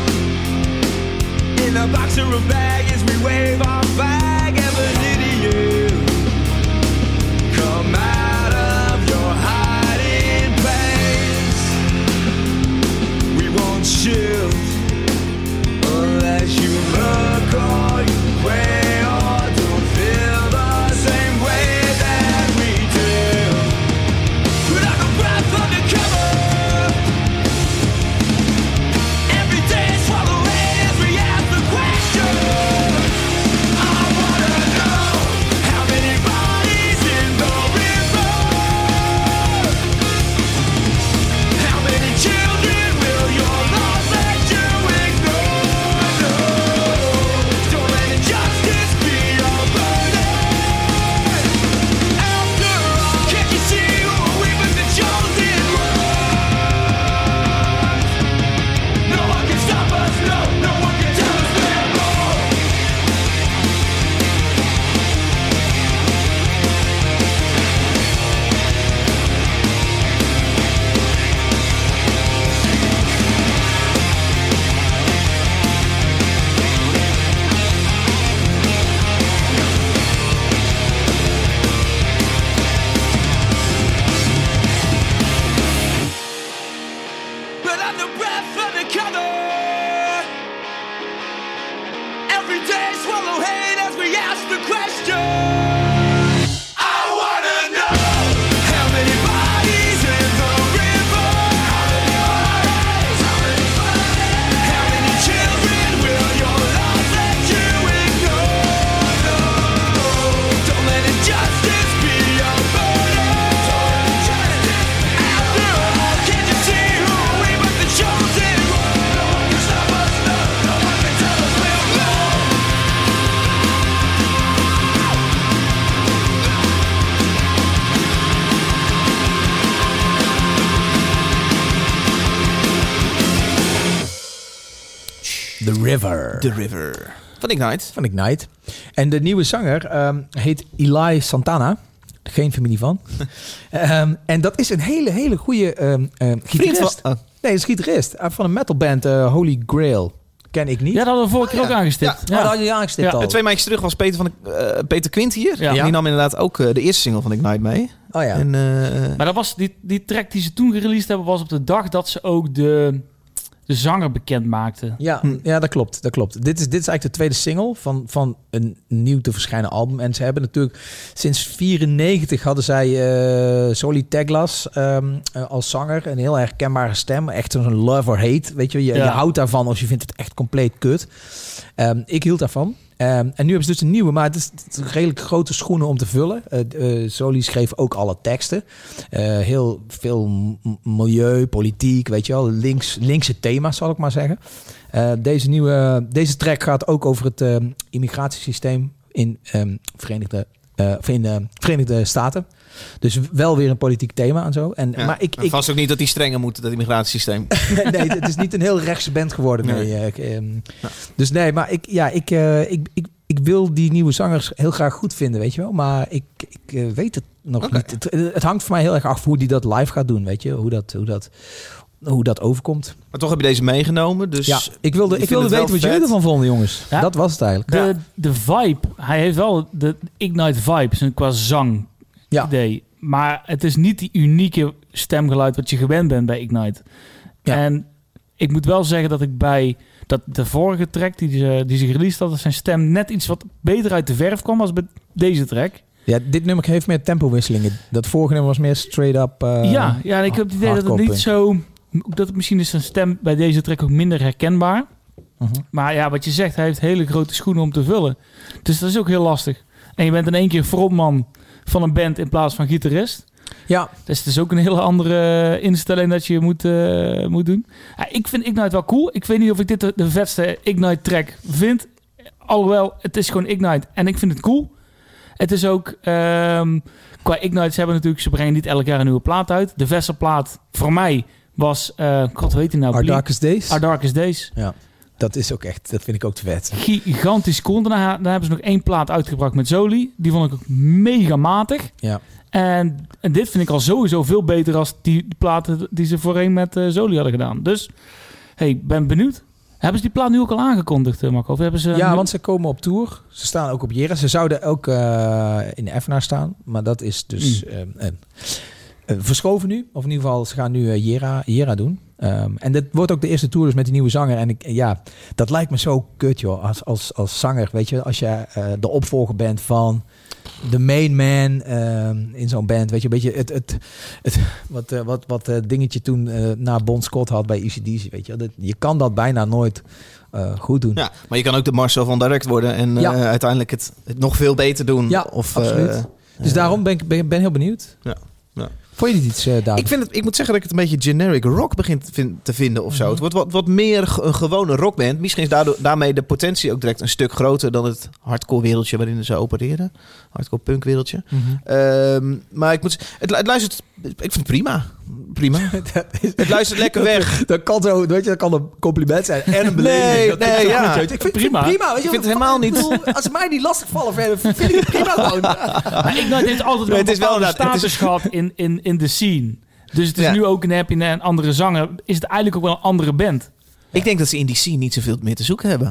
in a box or a bag as we wave our flag. Evan idiot, come out of your hiding place. We won't shift unless you look or you pray or don't feel the same way that we do. Put out the breath undercover. Every day swallow hate as we ask the question. I wanna know how many bodies in the river. How many children will your love let you ignore? No, don't let injustice be your burden. After all, can't you see we must have chosen ones? No one can stop us, no, no one can tell us we're wrong. But I'm the breath undercover. Every day swallow hate as we ask the question. I wanna know how many bodies in the river. How many bodies? How many bodies? How many children will your love let you ignore? No, don't let injustice be your burden. After all, can't you see who we must have chosen? No one can stop us, no, no one can tell us we're wrong. The River. The River. Van Ignite. Van Ignite. En de nieuwe zanger um, heet Eli Santana. Geen familie van. um, en dat is een hele, hele goede um, um, gitarist. Van, oh. Nee, een gitarist. Uh, van een metalband uh, Holy Grail. Ken ik niet. Ja, dat hadden we vorige keer Oh, ook ja. aangestipt. Ja, Ja. dat had je aangestipt Ja. al. Twee maandjes terug was Peter, van de, uh, Peter Quint hier. Ja. Die nam inderdaad ook uh, de eerste single van Ignite mee. Oh ja. En, uh, Maar dat was, die, die track die ze toen gereleased hebben, was op de dag dat ze ook de, de zanger bekend maakten. Ja, Hm. ja, dat klopt. Dat klopt. Dit is, dit is eigenlijk de tweede single van, van een nieuw te verschijnen album. En ze hebben natuurlijk sinds vierennegentig hadden zij uh, Zoli Teglas um, uh, als zanger. Een heel herkenbare stem. Echt zo'n love or hate. Weet je, je, Ja. je houdt daarvan of je vindt het echt compleet kut. Um, ik hield daarvan. Um, en nu hebben ze dus een nieuwe, maar het is, het is redelijk grote schoenen om te vullen. Uh, uh, Zoli schreef ook alle teksten. Uh, heel veel m- milieu, politiek, weet je wel. Links, linkse thema's, zal ik maar zeggen. Uh, deze, nieuwe, deze track gaat ook over het uh, immigratiesysteem in, um, Verenigde, uh, of in uh, Verenigde Staten. Dus wel weer een politiek thema en zo. En, ja. Maar ik, En ik, vast ook niet dat die strenger moet, dat immigratiesysteem. nee, het is niet een heel rechtse band geworden. Nee. Nee. nee. Ik, um, Ja. Dus nee, maar ik, ja, ik, uh, ik, ik, ik wil die nieuwe zangers heel graag goed vinden, weet je wel. Maar ik, ik uh, weet het nog Oké. niet. Het, het hangt voor mij heel erg af hoe die dat live gaat doen, weet je. Hoe dat, hoe dat, hoe dat overkomt. Maar toch heb je deze meegenomen. Dus Ja, ik wilde, je ik vindt wilde het wel weten wat jullie vet. ervan vonden, jongens. Ja. Dat was het eigenlijk. De, de vibe, hij heeft wel de Ignite vibe qua zang Ja. idee. Maar het is niet die unieke stemgeluid wat je gewend bent bij Ignite. Ja. En ik moet wel zeggen dat ik bij dat de vorige track die ze, die ze released hadden, zijn stem net iets wat beter uit de verf kwam als bij deze track. Ja, dit nummer heeft meer tempowisselingen. Dat vorige nummer was meer straight up. Uh, ja, ja, en ik heb het idee dat het hardcore niet zo... Dat het misschien is zijn stem bij deze track ook minder herkenbaar. Uh-huh. Maar ja, wat je zegt, hij heeft hele grote schoenen om te vullen. Dus dat is ook heel lastig. En je bent in één keer frontman van een band in plaats van gitarist. Ja, Dus het is ook een hele andere instelling dat je moet, uh, moet doen. Ja, ik vind Ignite wel cool. Ik weet niet of ik dit de, de vetste Ignite track vind. Alhoewel, het is gewoon Ignite. En ik vind het cool. Het is ook... Um, qua Ignite, ze hebben natuurlijk... Ze brengen niet elk jaar een nieuwe plaat uit. De verse plaat voor mij was... Uh, God, hoe heet die nou? Our Bleak- Darkest Days. Our Darkest Days. Ja, dat is ook echt... Dat vind ik ook te vet. Gigantisch cool. Daarna, daarna hebben ze nog één plaat uitgebracht met Zoli. Die vond ik ook mega matig. Ja. En, en dit vind ik al sowieso veel beter als die, die platen die ze voorheen met uh, Zoli hadden gedaan. Dus, hey, ik ben benieuwd. Hebben ze die plaat nu ook al aangekondigd, Marco? Of hebben ze Ja, nu- want ze komen op tour. Ze staan ook op Jera. Ze zouden ook uh, in de Evenaar staan. Maar dat is dus Mm. uh, uh, uh, verschoven nu. Of in ieder geval, ze gaan nu uh, Jera, Jera doen. Um, en dit wordt ook de eerste tour dus met die nieuwe zanger. En ik, ja, dat lijkt me zo kut, joh. Als, als, als zanger, weet je. Als je uh, de opvolger bent van de main man um, in zo'n band. Weet je, een beetje het, het, het, wat, uh, wat, wat uh, dingetje toen uh, na Bon Scott had bij A C D C, weet je. Dat, je kan dat bijna nooit uh, goed doen. Ja, maar je kan ook de Marcel van Direct worden en uh, Ja. uiteindelijk het, het nog veel beter doen. Ja, of, absoluut. uh, Dus daarom ben ik ben, ben heel benieuwd. Ja, ja. Vond je dit iets, uh, David? Ik, vind het, ik moet zeggen dat ik het een beetje generic rock begin te, vind, te vinden of zo. Mhm. Het wordt wat, wat meer ge- een gewone rockband. Misschien is daardoor, daarmee de potentie ook direct een stuk groter dan het hardcore wereldje waarin ze opereren. Hardcore punk wereldje. Mhm. Um, maar ik moet, het, het luistert, ik vind het prima. Prima. Het luistert lekker weg. Dat kan zo, weet je, dat kan een compliment zijn en een beleving. Nee, Dat nee, vind ik zo ja. goed, weet je. Ik vind Prima. het prima. Weet je, Ik vind het helemaal niet- Ik bedoel, als ze mij niet lastig vallen, verder, vind ik het prima gewoon. Maar Ignite heeft altijd wel Nee, een het is wel bepaalde inderdaad- het status is- gehad in, in, in de scene. Dus het is Ja. nu ook, en heb je een andere zanger, is het eigenlijk ook wel een andere band. Ik denk dat ze in die scene niet zoveel meer te zoeken hebben.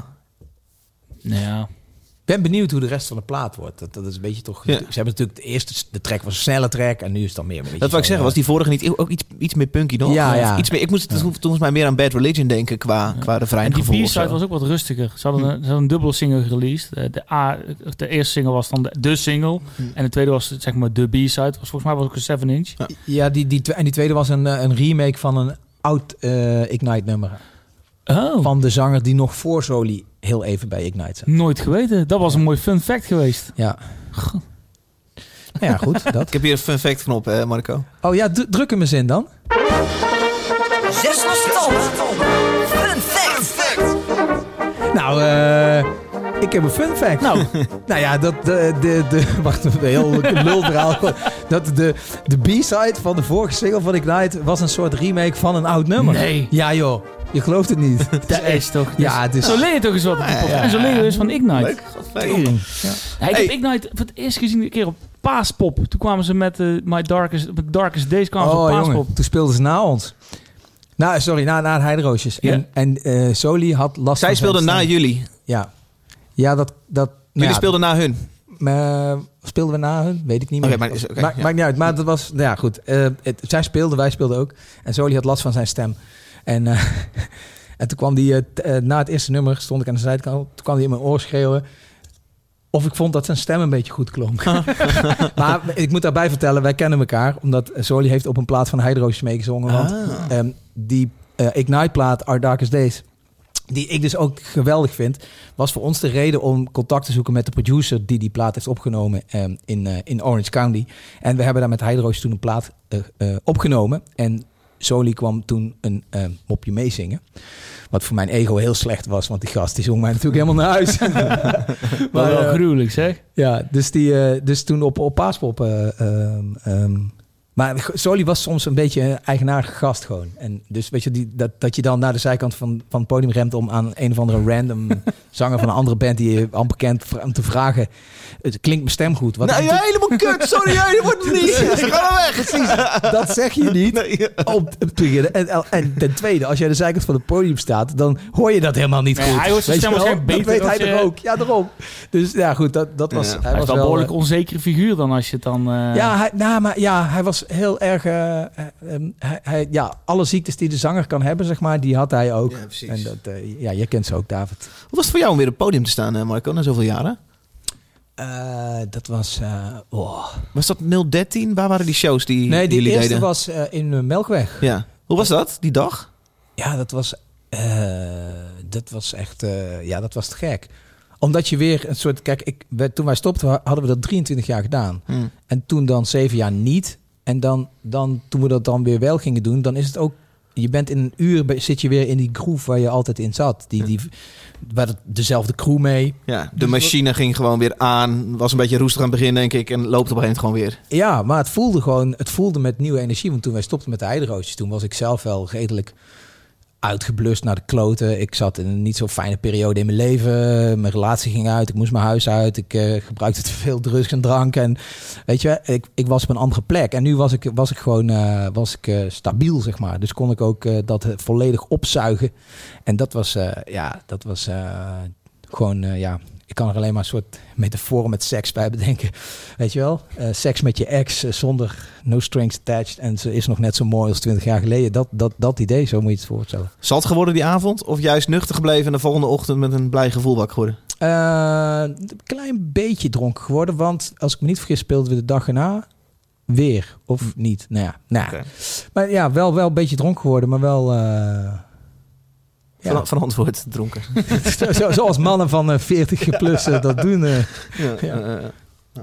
Nou ja. Ik ben benieuwd hoe de rest van de plaat wordt. Dat, dat is een beetje toch... Ja. Ze hebben natuurlijk de eerste... De track was een snelle track en nu is het dan meer een beetje... Dat wil ik zo, zeggen. Was die vorige niet ook iets, iets meer punky nog? Ja, Of ja. Iets meer, ik moest toen volgens mij meer aan Bad Religion denken qua, qua En refreingevoel. die of zo. B-side was ook wat rustiger. Ze hadden een, ze hadden een dubbele single released. De, de, A, de eerste single was dan de, de single. En de tweede was zeg maar de B-side. Was volgens mij was ook een seven inch. Ja. Ja, die, die, twe- en die tweede was een, eh, een remake van een oud uh, Ignite-nummer. Oh, Van de zanger die nog voor Zoli heel even bij Ignite zat. nooit geweten. Dat was een mooi fun fact geweest. Ja. Nou ja, goed. Dat. Ik heb hier een fun fact knop, hè, Marco. Oh ja, d- druk hem eens in dan. Zes losse Fun fact. Nou, eh ik heb een fun fact. Nou, Nou ja, dat de, de, de wacht een heel lulverhaal. Dat de, de B-side van de vorige single van Ignite was een soort remake van een oud nummer. Nee. Ja joh, je gelooft het niet. dat is toch... Ja, het is... Zo leer je toch eens wat. op die podcast. En zo leer je dus van Ignite. Leuk. Leuk. Tering. Ja. Ja, ik Hey. heb Ignite voor het eerst gezien een keer op Paaspop. Toen kwamen ze met uh, My Darkest, met Darkest Days kwamen ze op Oh, Paaspop. jongen. Toen speelden ze na ons. Nou, sorry, na, na het Heideroosjes. Ja. En, en uh, Soli had last Zij van zijn speelden na stem. jullie. Ja. Ja, dat... dat Jullie ja, speelden na hun. Uh, speelden we na hun? Weet ik niet meer. Oké, maar is- oké, Maakt- ja. Maakt niet uit. Maar dat was... Nou ja, goed. Uh, het, zij speelden, wij speelden ook. En Soli had last van zijn stem. En, uh, en toen kwam die... Uh, t- uh, na het eerste nummer stond ik aan de zijkant. Toen kwam hij in mijn oor schreeuwen. Of ik vond dat zijn stem een beetje goed klonk. Maar ik moet daarbij vertellen, wij kennen elkaar. Omdat Soli heeft op een plaat van Heideroosjes meegezongen. Want Ah. um, die uh, Ignite-plaat, Our Darkest Days... die ik dus ook geweldig vind... was voor ons de reden om contact te zoeken met de producer... die die plaat heeft opgenomen um, in, uh, in Orange County. En we hebben daar met Heideroosjes toen een plaat uh, uh, opgenomen. En Soli kwam toen een uh, mopje meezingen. Wat voor mijn ego heel slecht was. Want die gast die zong mij natuurlijk helemaal naar huis. Maar wel uh, gruwelijk, zeg. ja, dus, die, uh, dus toen op, op Paaspop... Uh, um, um, maar Soli was soms een beetje een eigenaardige gast gewoon. En dus weet je, die, dat, dat je dan naar de zijkant van, van het podium remt... om aan een of andere random zanger van een andere band... die je amper kent, om te vragen... het klinkt mijn stem goed. Wat Nou, ik ja, natuurlijk- helemaal kut. Sorry, jij wordt het niet. Ze gaan weg. Precies. dat zeg je niet. Nee. Op het begin. En, en ten tweede, als je aan de zijkant van het podium staat... dan hoor je dat helemaal niet Nee, goed. hij hoort zijn Weet je stem wel? waarschijnlijk Dat beter weet hij als toch je- ook. Ja, daarom. Dus ja, goed, dat, dat was... Ja. Hij, Hij was is wel wel een behoorlijk eh, onzekere figuur dan als je het dan... uh, Ja, hij, nou, maar ja, hij was heel erg... uh, um, hij, hij, ja, alle ziektes die de zanger kan hebben, zeg maar, die had hij ook. Ja, precies. En dat, uh, ja, je kent ze ook, David. Hoe was het voor jou om weer op het podium te staan, hè, Marco, na zoveel jaren? Uh, dat was... Uh, oh. Was dat nul dertien? Waar waren die shows die, Nee, die die jullie eerste deden? was uh, in uh, Melkweg. Ja. Hoe was dat, die dag? Ja, dat was... Uh, dat was echt... Uh, ja, dat was te gek. Omdat je weer een soort... Kijk, ik, we, toen wij stopten hadden we dat drieëntwintig jaar gedaan. Hmm. En toen dan zeven jaar niet. En dan, dan toen we dat dan weer wel gingen doen, dan is het ook... Je bent in een uur, be- zit je weer in die groove waar je altijd in zat. Die, die, waar het, dezelfde crew mee. Ja, de Dus machine ging gewoon weer aan. Was een beetje roestig aan het begin, denk ik. En loopt op een gegeven moment gewoon weer. Ja, maar het voelde gewoon... Het voelde met nieuwe energie. Want toen wij stopten met de Heideroosjes, toen was ik zelf wel redelijk uitgeblust naar de kloten. Ik zat in een niet zo fijne periode in mijn leven. Mijn relatie ging uit. Ik moest mijn huis uit. Ik uh, gebruikte te veel drugs en drank. En weet je, ik, ik was op een andere plek. En nu was ik, was ik gewoon uh, was ik, uh, stabiel, zeg maar. Dus kon ik ook uh, dat uh, volledig opzuigen. En dat was, uh, ja, dat was uh, gewoon, uh, ja... Ik kan er alleen maar een soort metafoor met seks bij bedenken. Weet je wel? Uh, seks met je ex uh, zonder no strings attached. En ze is nog net zo mooi als twintig jaar geleden. Dat, dat, dat idee, zo moet je het voorstellen. Zat geworden die avond? Of juist nuchter gebleven en de volgende ochtend met een blij gevoel wakker geworden? Uh, een klein beetje dronken geworden. Want als ik me niet vergis speelden we de dag erna weer. Of niet. Nou ja, nou ja. Okay. Maar ja, wel, wel een beetje dronken geworden. Maar wel... Uh, Van, ja. van antwoord dronken. Zo, zo, zoals mannen van uh, veertig plus uh, dat doen. Uh. Ja, Ja. uh, uh,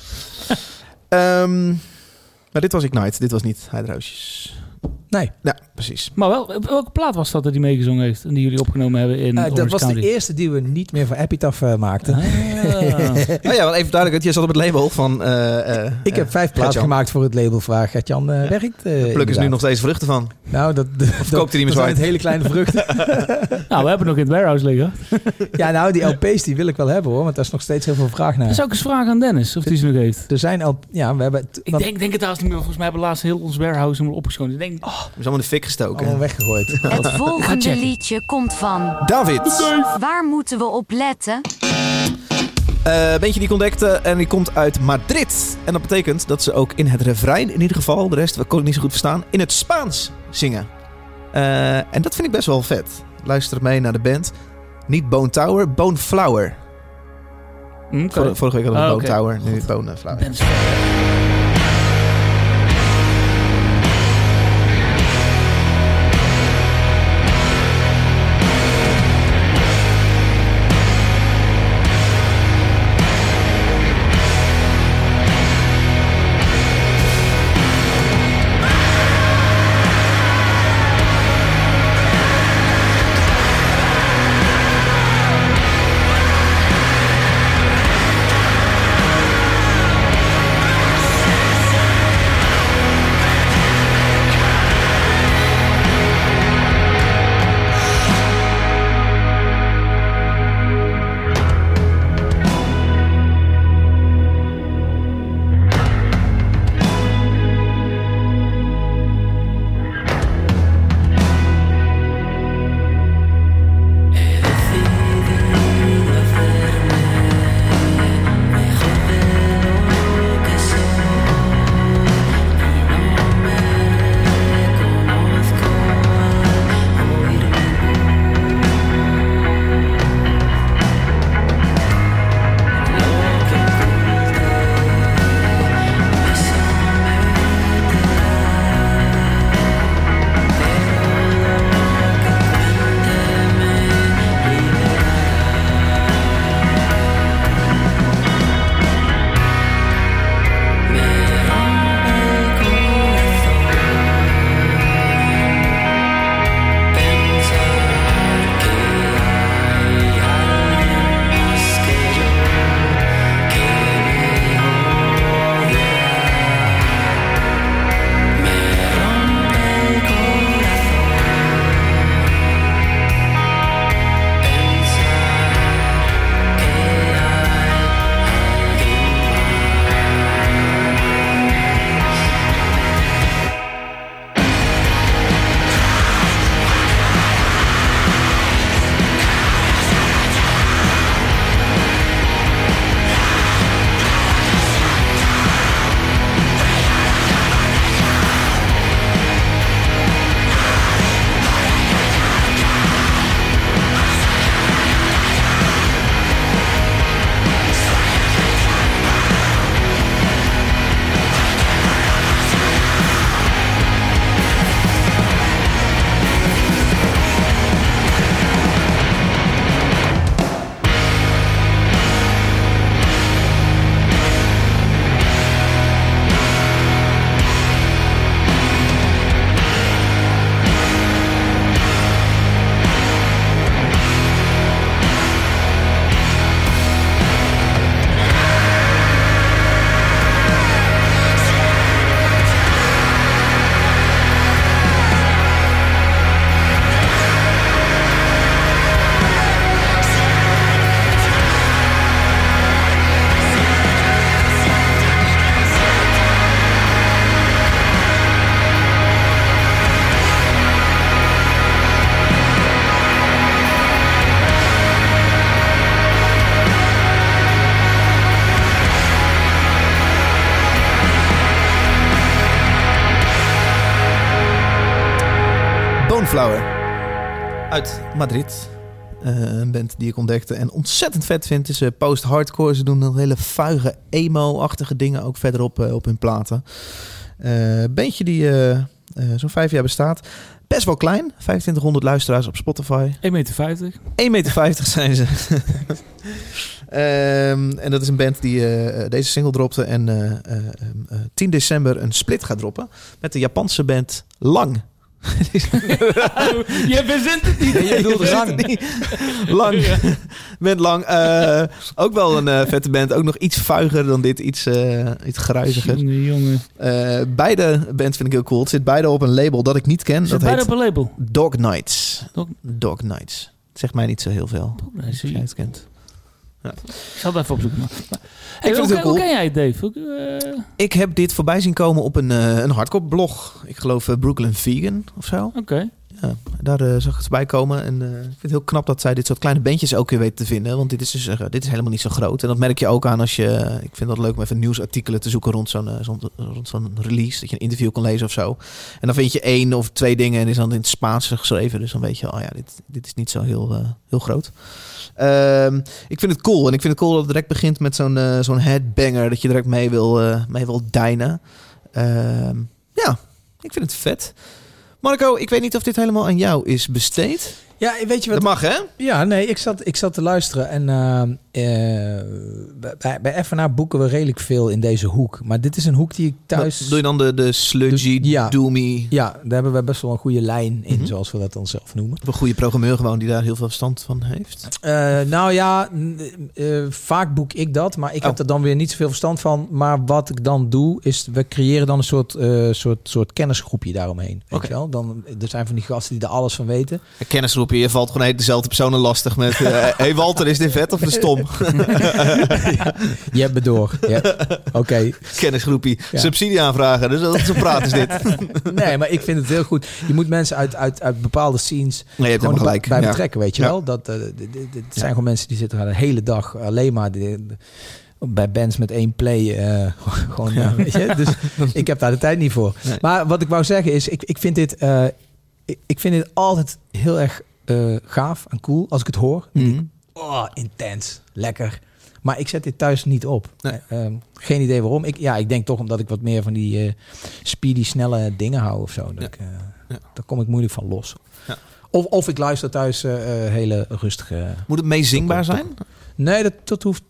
uh. Um, maar dit was Ignite. Dit was niet Heideroosjes. Nee. Ja, precies. Maar wel, welke plaat was dat die meegezongen heeft en die jullie opgenomen hebben in Uh, Orange dat was County? de eerste die we niet meer voor Epitaph uh, maakten. Ah. Oh ja, wel even duidelijk. Je zat op het label van... Uh, uh, Ik heb vijf platen gemaakt voor het label waar Gert-Jan uh, werkt. Uh, Pluk is nu nog steeds vruchten van. Nou, dat, dat, Of koopt hij niet meer dat zijn zwaait? het hele kleine vruchten. Nou, we hebben nog in het warehouse liggen. Ja, nou, die L P's die wil ik wel hebben hoor. Want daar is nog steeds heel veel vraag naar. Dat zou ik eens vragen aan Dennis, of die ze nog heeft. Er zijn al... Ja, we hebben... Ik want- denk, denk het trouwens niet meer. Volgens mij hebben we laatst heel ons warehouse helemaal opgeschoond. Ik denk, oh, We zijn allemaal in de fik gestoken. allemaal weggegooid. Het volgende checken. liedje komt van... David. Waar moeten we op letten? Uh, Beentje die ik ontdekte en die komt uit Madrid. En dat betekent dat ze ook in het refrein, in ieder geval, de rest kon ik niet zo goed verstaan, in het Spaans zingen. Uh, en dat vind ik best wel vet. Luister mee naar de band. Niet Bone Tower, Bone Flower. okay. Vor, vorige week hadden we Ah, Bone oké. Tower, nu Bone Flower. Ben Bone Boneflower. Uit Madrid. Uh, een band die ik ontdekte en ontzettend vet vind. Het is uh, post-hardcore. Ze doen een hele vuige, emo-achtige dingen ook verderop uh, op hun platen. Uh, bandje die uh, uh, zo'n vijf jaar bestaat. Best wel klein. vijfentwintighonderd luisteraars op Spotify. één meter vijftig. één meter vijftig zijn ze. um, en dat is een band die uh, deze single dropte. En uh, uh, uh, tien december een split gaat droppen. Met de Japanse band Lang. Je verzint het niet. Je bedoelt Lang. Lang. Band Lang. Uh, ook wel een uh, vette band. Ook nog iets vuiger dan dit. Iets, uh, iets gruiziger. Jongen, jongen. Uh, beide bands vind ik heel cool. Het zit beide op een label dat ik niet ken. Zit dat beide heet op een label? Dog Knights. Dog, Dog Knights. Het zegt mij niet zo heel veel. Dog Knights, Als zie jij je. het kent. Ja. Ik zal het even opzoeken. Maar. Hey, vind hoe, het heel hoe cool. ken jij het, Dave? Hoe, uh... Ik heb dit voorbij zien komen op een, uh, een hardcore blog. Ik geloof uh, Brooklyn Vegan of zo. Oké. Okay. Ja, daar uh, zag ik het voorbij komen. En uh, ik vind het heel knap dat zij dit soort kleine bandjes ook weer weten te vinden. Want dit is, dus, uh, dit is helemaal niet zo groot. En dat merk je ook aan als je... Uh, ik vind het leuk om even nieuwsartikelen te zoeken rond zo'n, uh, zo'n, rond zo'n release. Dat je een interview kan lezen of zo. En dan vind je één of twee dingen en is dan in het Spaans geschreven. Dus dan weet je, oh ja, dit, dit is niet zo heel, uh, heel groot. Uh, ik vind het cool. En ik vind het cool dat het direct begint met zo'n, uh, zo'n headbanger. Dat je direct mee wil, uh, mee wil deinen. Uh, ja, ik vind het vet. Marco, ik weet niet of dit helemaal aan jou is besteed. Ja, weet je wat? Dat mag, hè? Ja, nee, ik zat, ik zat te luisteren en uh, uh, bij, bij F en A boeken we redelijk veel in deze hoek. Maar dit is een hoek die ik thuis... Doe je dan de, de sludgy, Dus, ja. doomy... Ja, daar hebben we best wel een goede lijn in, Mm-hmm. zoals we dat dan zelf noemen. Of een goede programmeur gewoon die daar heel veel verstand van heeft. Uh, nou ja, uh, vaak boek ik dat, maar ik Oh. heb er dan weer niet zoveel verstand van. Maar wat ik dan doe, is we creëren dan een soort, uh, soort, soort kennisgroepje daaromheen. Weet Okay. je wel? Dan, er zijn van die gasten die er alles van weten. Een kennisgroepje, je valt gewoon dezelfde personen lastig met... Hé uh, hey Walter, is dit vet of de stom? Je hebt me door. Ja. Oké. Okay. Kennisgroepje, Ja. subsidie aanvragen. Dus dat is een praat is dit. Nee, maar ik vind het heel goed. Je moet mensen uit, uit, uit bepaalde scenes Nee, je hebt gewoon helemaal bij, gelijk. bij Ja. betrekken, weet je Ja. wel? Dat, uh, dit, dit, dit zijn gewoon mensen die zitten de hele dag alleen maar... De, de, bij bands met één play. Uh, gewoon, ja. Weet je? Dus ik heb daar de tijd niet voor. Nee. Maar wat ik wou zeggen is, ik, ik vind dit... Uh, ik, ik vind dit altijd heel erg uh, gaaf en cool als ik het hoor. Mm. Oh, intens. Lekker. Maar ik zet dit thuis niet op. Nee. Uh, geen idee waarom. Ik, ja, ik denk toch omdat ik wat meer van die uh, speedy, snelle dingen hou of zo. Dat Ja. ik, uh, Ja. Daar kom ik moeilijk van los. Ja. Of, of ik luister thuis uh, hele rustige... Moet het meezingbaar zijn? Nee, dat, dat hoeft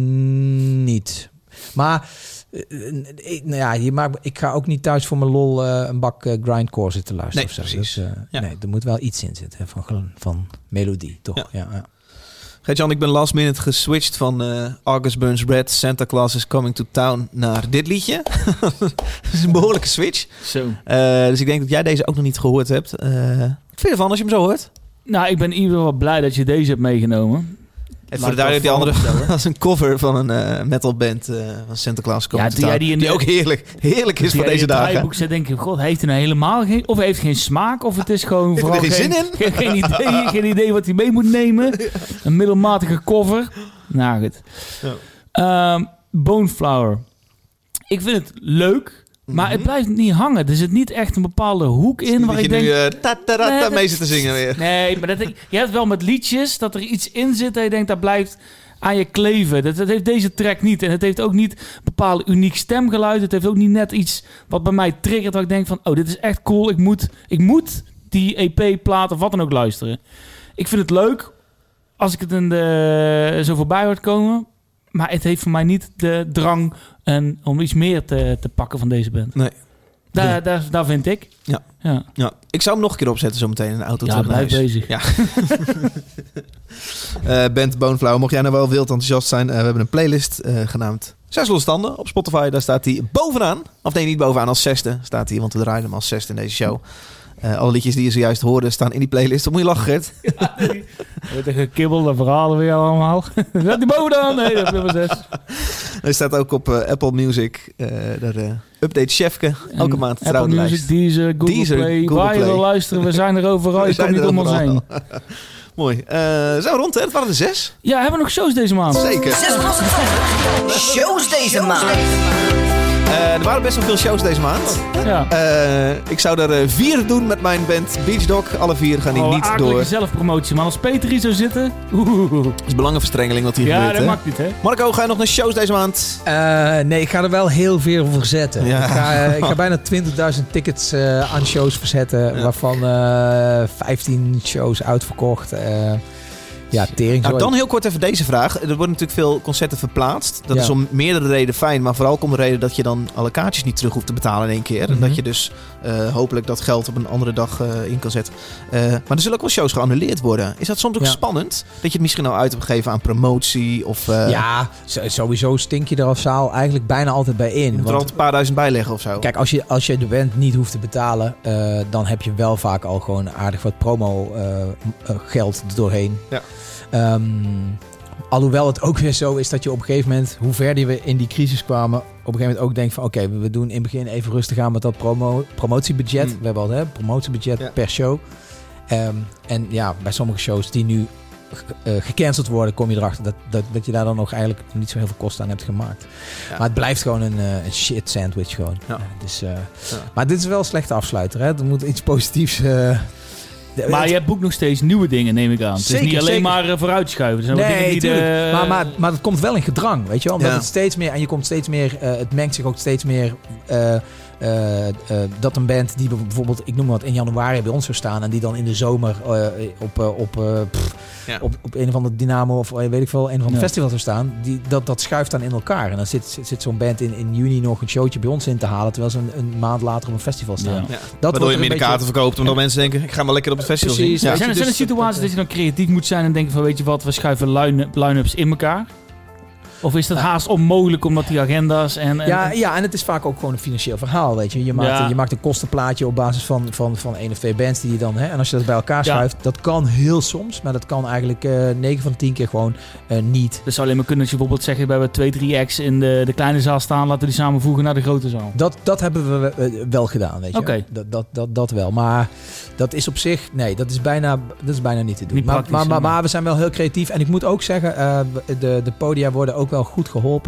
niet. Maar uh, ik, nou ja, je maakt, ik ga ook niet thuis voor mijn lol uh, een bak uh, grindcore zitten luisteren. Nee, of zo. precies. Dus, uh, Ja. Nee, er moet wel iets in zitten hè, van, van melodie, toch? Ja. Ja, ja. Gert-Jan, ik ben last minute geswitcht van uh, August Burns Red, Santa Claus is Coming to Town naar dit liedje. Dat is een behoorlijke switch. Zo. Uh, dus ik denk dat jij deze ook nog niet gehoord hebt. Uh, wat vind je ervan als je hem zo hoort? Nou, ik ben in ieder geval blij dat je deze hebt meegenomen. En voor de duidelijkheid, die andere dat is een cover van een uh, metalband uh, van Santa Claus Coming Ja, to toen Town. jij die in die de- ook heerlijk, heerlijk is Toen voor jij deze in het dagen. draaiboek zit, denk ik, god, heeft hij nou helemaal geen... Of hij heeft geen smaak, of het is gewoon Heeft hij vooral er geen geen, zin in? Geen, geen idee, geen idee wat hij mee moet nemen. Een middelmatige cover. Nou, goed. Ehm, Boneflower. Ik vind het leuk, maar het blijft niet hangen. Er zit niet echt een bepaalde hoek in waar dat ik je denk... nu uh, ta ta ta Nee, dat- mee zit te zingen weer. Nee, maar dat, je hebt wel met liedjes dat er iets in zit dat je denkt, dat blijft aan je kleven. Dat, dat heeft deze track niet. En het heeft ook niet een bepaald uniek stemgeluid. Het heeft ook niet net iets wat bij mij triggert, waar ik denk van, oh, dit is echt cool. Ik moet, ik moet die E P-plaat of wat dan ook luisteren. Ik vind het leuk als ik het in de, zo voorbij hoort komen. Maar het heeft voor mij niet de drang en, om iets meer te, te pakken van deze band. Nee. Daar, Nee. daar, daar vind ik. Ja. Ja, Ja, ik zou hem nog een keer opzetten zometeen in de auto. ja terug naar blijf huis. bezig. Ja. uh, Band Boneflower, mocht jij nou wel wild enthousiast zijn, uh, we hebben een playlist uh, genaamd Zes Losse Tanden op Spotify. Daar staat hij bovenaan. Of nee, niet bovenaan, als zesde staat hij, want we draaien hem als zesde in deze show. Uh, alle liedjes die je zojuist hoorde staan in die playlist. Dan moet je lachen, Gert. Met een gekibbelde verhalen weer allemaal. Gaat die bovenaan? Nee, dat is nummer zes. Hij staat ook op uh, Apple Music. Uh, daar uh, update Chefke. Elke En maand Apple trouw de Music, lijst. Deezer, Google Deezer, Play. Google waar je Play. wil luisteren, we zijn er overal. We Je kan zijn niet er om ons overal. heen. Mooi. Uh, zijn we rond, hè? Dat waren er zes. Ja, hebben we nog shows deze maand? Zeker. Zes losse tanden. Shows deze maand. Uh, er waren best wel veel shows deze maand. Ja. Uh, ik zou er uh, vier doen met mijn band Beach Dog. Alle vier gaan die oh, niet door. zelfpromotie. Maar als Peter hier zou zitten... Oeh. Dat is belangenverstrengeling wat hier ja, gebeurt. Ja, dat hè? mag niet, hè? Marco, ga je nog naar shows deze maand? Uh, nee, ik ga er wel heel veel voor zetten. Ja. Ik, ga, uh, ik ga bijna twintigduizend tickets uh, aan shows verzetten. Ja. Waarvan uh, vijftien shows uitverkocht. Uh, Ja, tering. Nou, dan heel kort even deze vraag. Er worden natuurlijk veel concerten verplaatst. Dat ja. is om meerdere redenen fijn. Maar vooral om de reden dat je dan alle kaartjes niet terug hoeft te betalen in één keer. En Mm-hmm. dat je dus uh, hopelijk dat geld op een andere dag uh, in kan zetten. Uh, maar er zullen ook wel shows geannuleerd worden. Is dat soms ook ja. spannend? Dat je het misschien nou uit hebt gegeven aan promotie? Of, uh, ja, sowieso stink je er als zaal eigenlijk bijna altijd bij in. Je moet er altijd een paar duizend bij leggen of zo. Kijk, als je, als je de band niet hoeft te betalen... Uh, dan heb je wel vaak al gewoon aardig wat promo uh, uh, geld er doorheen. Ja. Um, alhoewel het ook weer zo is dat je op een gegeven moment, hoe verder we in die crisis kwamen, op een gegeven moment ook denkt van oké, okay, we doen in het begin even rustig aan met dat promo, promotiebudget. Mm. We hebben al hè, promotiebudget ja. per show. Um, en ja, bij sommige shows die nu uh, gecanceld worden, kom je erachter dat, dat, dat je daar dan nog eigenlijk niet zo heel veel kosten aan hebt gemaakt. Ja. Maar het blijft gewoon een, uh, een shit sandwich gewoon. Ja. Dus, uh, ja. Maar dit is wel een slechte afsluiter. Hè? Er moet iets positiefs... Uh, Maar je boekt nog steeds nieuwe dingen, neem ik aan. Zeker, het is niet alleen zeker. maar uh, vooruitschuiven. Dus nee, die de, maar, maar, maar het komt wel in gedrang, weet je wel. Omdat ja. het steeds meer... En je komt steeds meer... Uh, het mengt zich ook steeds meer... Uh, uh, uh, dat een band die bijvoorbeeld, ik noem maar wat, in januari bij ons zou staan... en die dan in de zomer uh, op, uh, op, uh, pff, ja. op, op een of andere Dynamo of weet ik veel... een van de ja. festivals zou staan, die, dat, dat schuift dan in elkaar. En dan zit, zit, zit zo'n band in, in juni nog een showtje bij ons in te halen... terwijl ze een, een maand later op een festival staan. Ja. Ja. Dat Waardoor je minder kaarten verkoopt, omdat ja. mensen denken... ik ga maar lekker op het festival Precies, zien. Ja. Zijn er dus situaties dat je dan creatief moet zijn en denken van... weet je wat, we schuiven line- line-ups in elkaar? Of is dat haast onmogelijk omdat die agenda's en... en ja, ja, en het is vaak ook gewoon een financieel verhaal, weet je. Je maakt, ja. je maakt een kostenplaatje op basis van, van, van één of twee bands die je dan... Hè, en als je dat bij elkaar schuift, ja. dat kan heel soms. Maar dat kan eigenlijk uh, negen van de tien keer gewoon uh, niet. Dat zou alleen maar kunnen als je bijvoorbeeld zegt... we hebben twee, drie acts in de, de kleine zaal staan... laten we die samenvoegen naar de grote zaal. Dat, dat hebben we uh, wel gedaan, weet je. Okay. Dat, dat, dat, dat wel. Maar dat is op zich... Nee, dat is bijna, dat is bijna niet te doen. Niet maar, maar, maar, maar we zijn wel heel creatief. En ik moet ook zeggen, uh, de, de podia worden ook wel goed geholpen...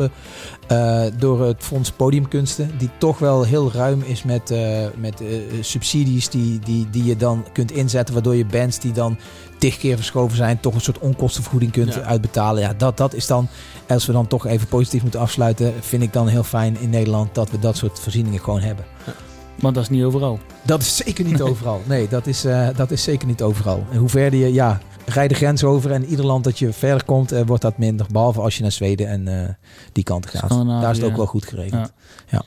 Uh, door het Fonds Podiumkunsten, die toch wel heel ruim is met, uh, met uh, subsidies die, die, die je dan kunt inzetten, waardoor je bands die dan tig keer verschoven zijn, toch een soort onkostenvergoeding kunt ja. uitbetalen. Ja, dat, dat is dan, als we dan toch even positief moeten afsluiten, vind ik dan heel fijn in Nederland dat we dat soort voorzieningen gewoon hebben. Ja. Maar dat is niet overal. Dat is zeker niet overal. Nee, dat is, uh, dat is zeker niet overal. En hoe verder je, ja, rij de grens over en ieder land dat je verder komt, uh, wordt dat minder. Behalve als je naar Zweden en uh, die kant gaat. Scandinavië. Daar is het ook wel goed geregeld. Ja. Ja.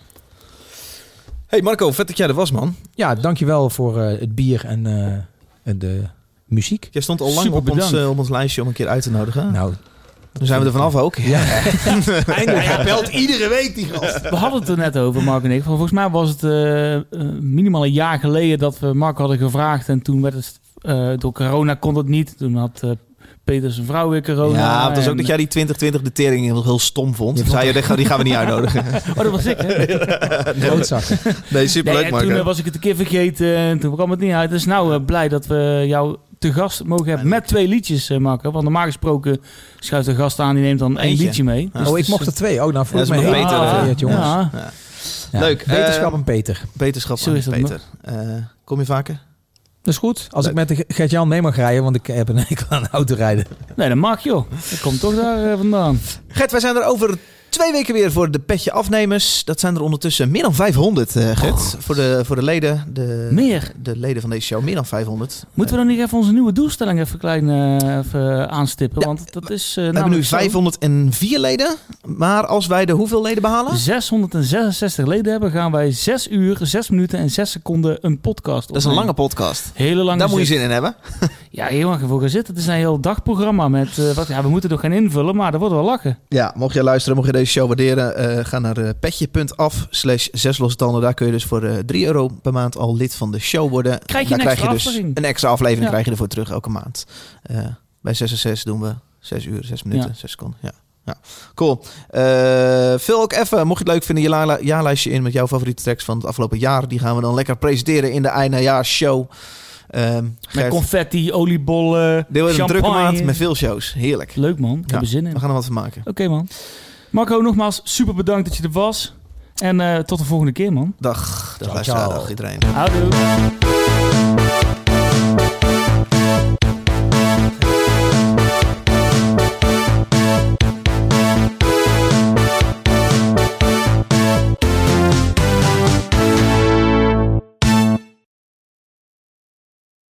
Hey Marco, vet dat jij er was, man. Ja, dankjewel voor uh, het bier en uh, de muziek. Jij stond al lang op ons, uh, op ons lijstje om een keer uit te nodigen. Nou, dan zijn we er vanaf ook. Ja. Eindelijk. Hij belt iedere week die gast. We hadden het er net over, Mark en ik. Volgens mij was het uh, uh, minimaal een jaar geleden dat we Mark hadden gevraagd. En toen werd het, uh, door corona kon het niet. Toen had uh, Peter zijn vrouw weer corona. Ja, het was en... ook dat jij die twintig twintig de tering heel, heel stom vond. Toen zei je, die gaan we niet uitnodigen. Oh, dat was ik, hè? Noodzak. Nee, superleuk, nee, Marco. Toen uh, was ik het een keer vergeten en toen kwam het niet uit. Dus nou, uh, blij dat we jou te gast mogen hebben met twee liedjes, uh, Marco. Want normaal gesproken schuift de gast aan, die neemt dan één liedje mee. Ja. Dus oh, ik mocht er twee. Oh, nou voel ik ja, me heel Peter, ah, uh, jongens. Ja. Ja. Ja. Leuk. Beterschap uh, en Peter. Beterschap Zo is en dat, Peter. Uh, kom je vaker? Dat is goed. Als Leuk. ik met de Gert-Jan mee mag rijden, want ik heb een hekel aan autorijden. Nee, dat mag joh. Dat komt toch daar uh, vandaan. Gert, wij zijn er over twee weken weer voor de Petje Afnemers. Dat zijn er ondertussen meer dan vijfhonderd, uh, Gert. Oh. Voor, de, voor de leden. De, meer? De leden van deze show, meer dan vijfhonderd. Moeten we dan niet even onze nieuwe doelstelling even klein uh, even aanstippen? Ja, want dat is... Uh, we hebben nu vijfhonderdvier leden. Maar als wij de hoeveel leden behalen? zeshonderdzesenzestig leden hebben, gaan wij zes uur, zes minuten en zes seconden een podcast opnemen. Dat is een lange podcast. Hele lange Daar moet je zit. zin in hebben. Ja, heel lang voor gaan zitten. Het is een heel dagprogramma met... Uh, wat, ja, we moeten nog gaan invullen, maar dat wordt wel lachen. Ja, mocht je luisteren, mocht je deze show waarderen, uh, ga naar uh, petje.af slash zes losse tanden. Daar kun je dus voor uh, drie euro per maand al lid van de show worden. Krijg je Daar een krijg je dus aflevering. een extra aflevering Ja. krijg je ervoor terug elke maand. Uh, bij zes en zes doen we zes uur, zes minuten, Ja. zes seconden. Ja. Ja, cool. Uh, vul ook even, mocht je het leuk vinden, je la- jaarlijstje in met jouw favoriete tracks van het afgelopen jaar. Die gaan we dan lekker presenteren in de eindejaarshow. Um, Met confetti, oliebollen, Dit wordt een champagne. drukke maand met veel shows. Heerlijk. Leuk man, ik Ja, heb er zin in. We gaan er wat van maken. Oké okay, man. Marco, nogmaals super bedankt dat je er was. En uh, tot de volgende keer, man. Dag, dag Ciao, luisteraar, ciao. dag iedereen. Houdoe.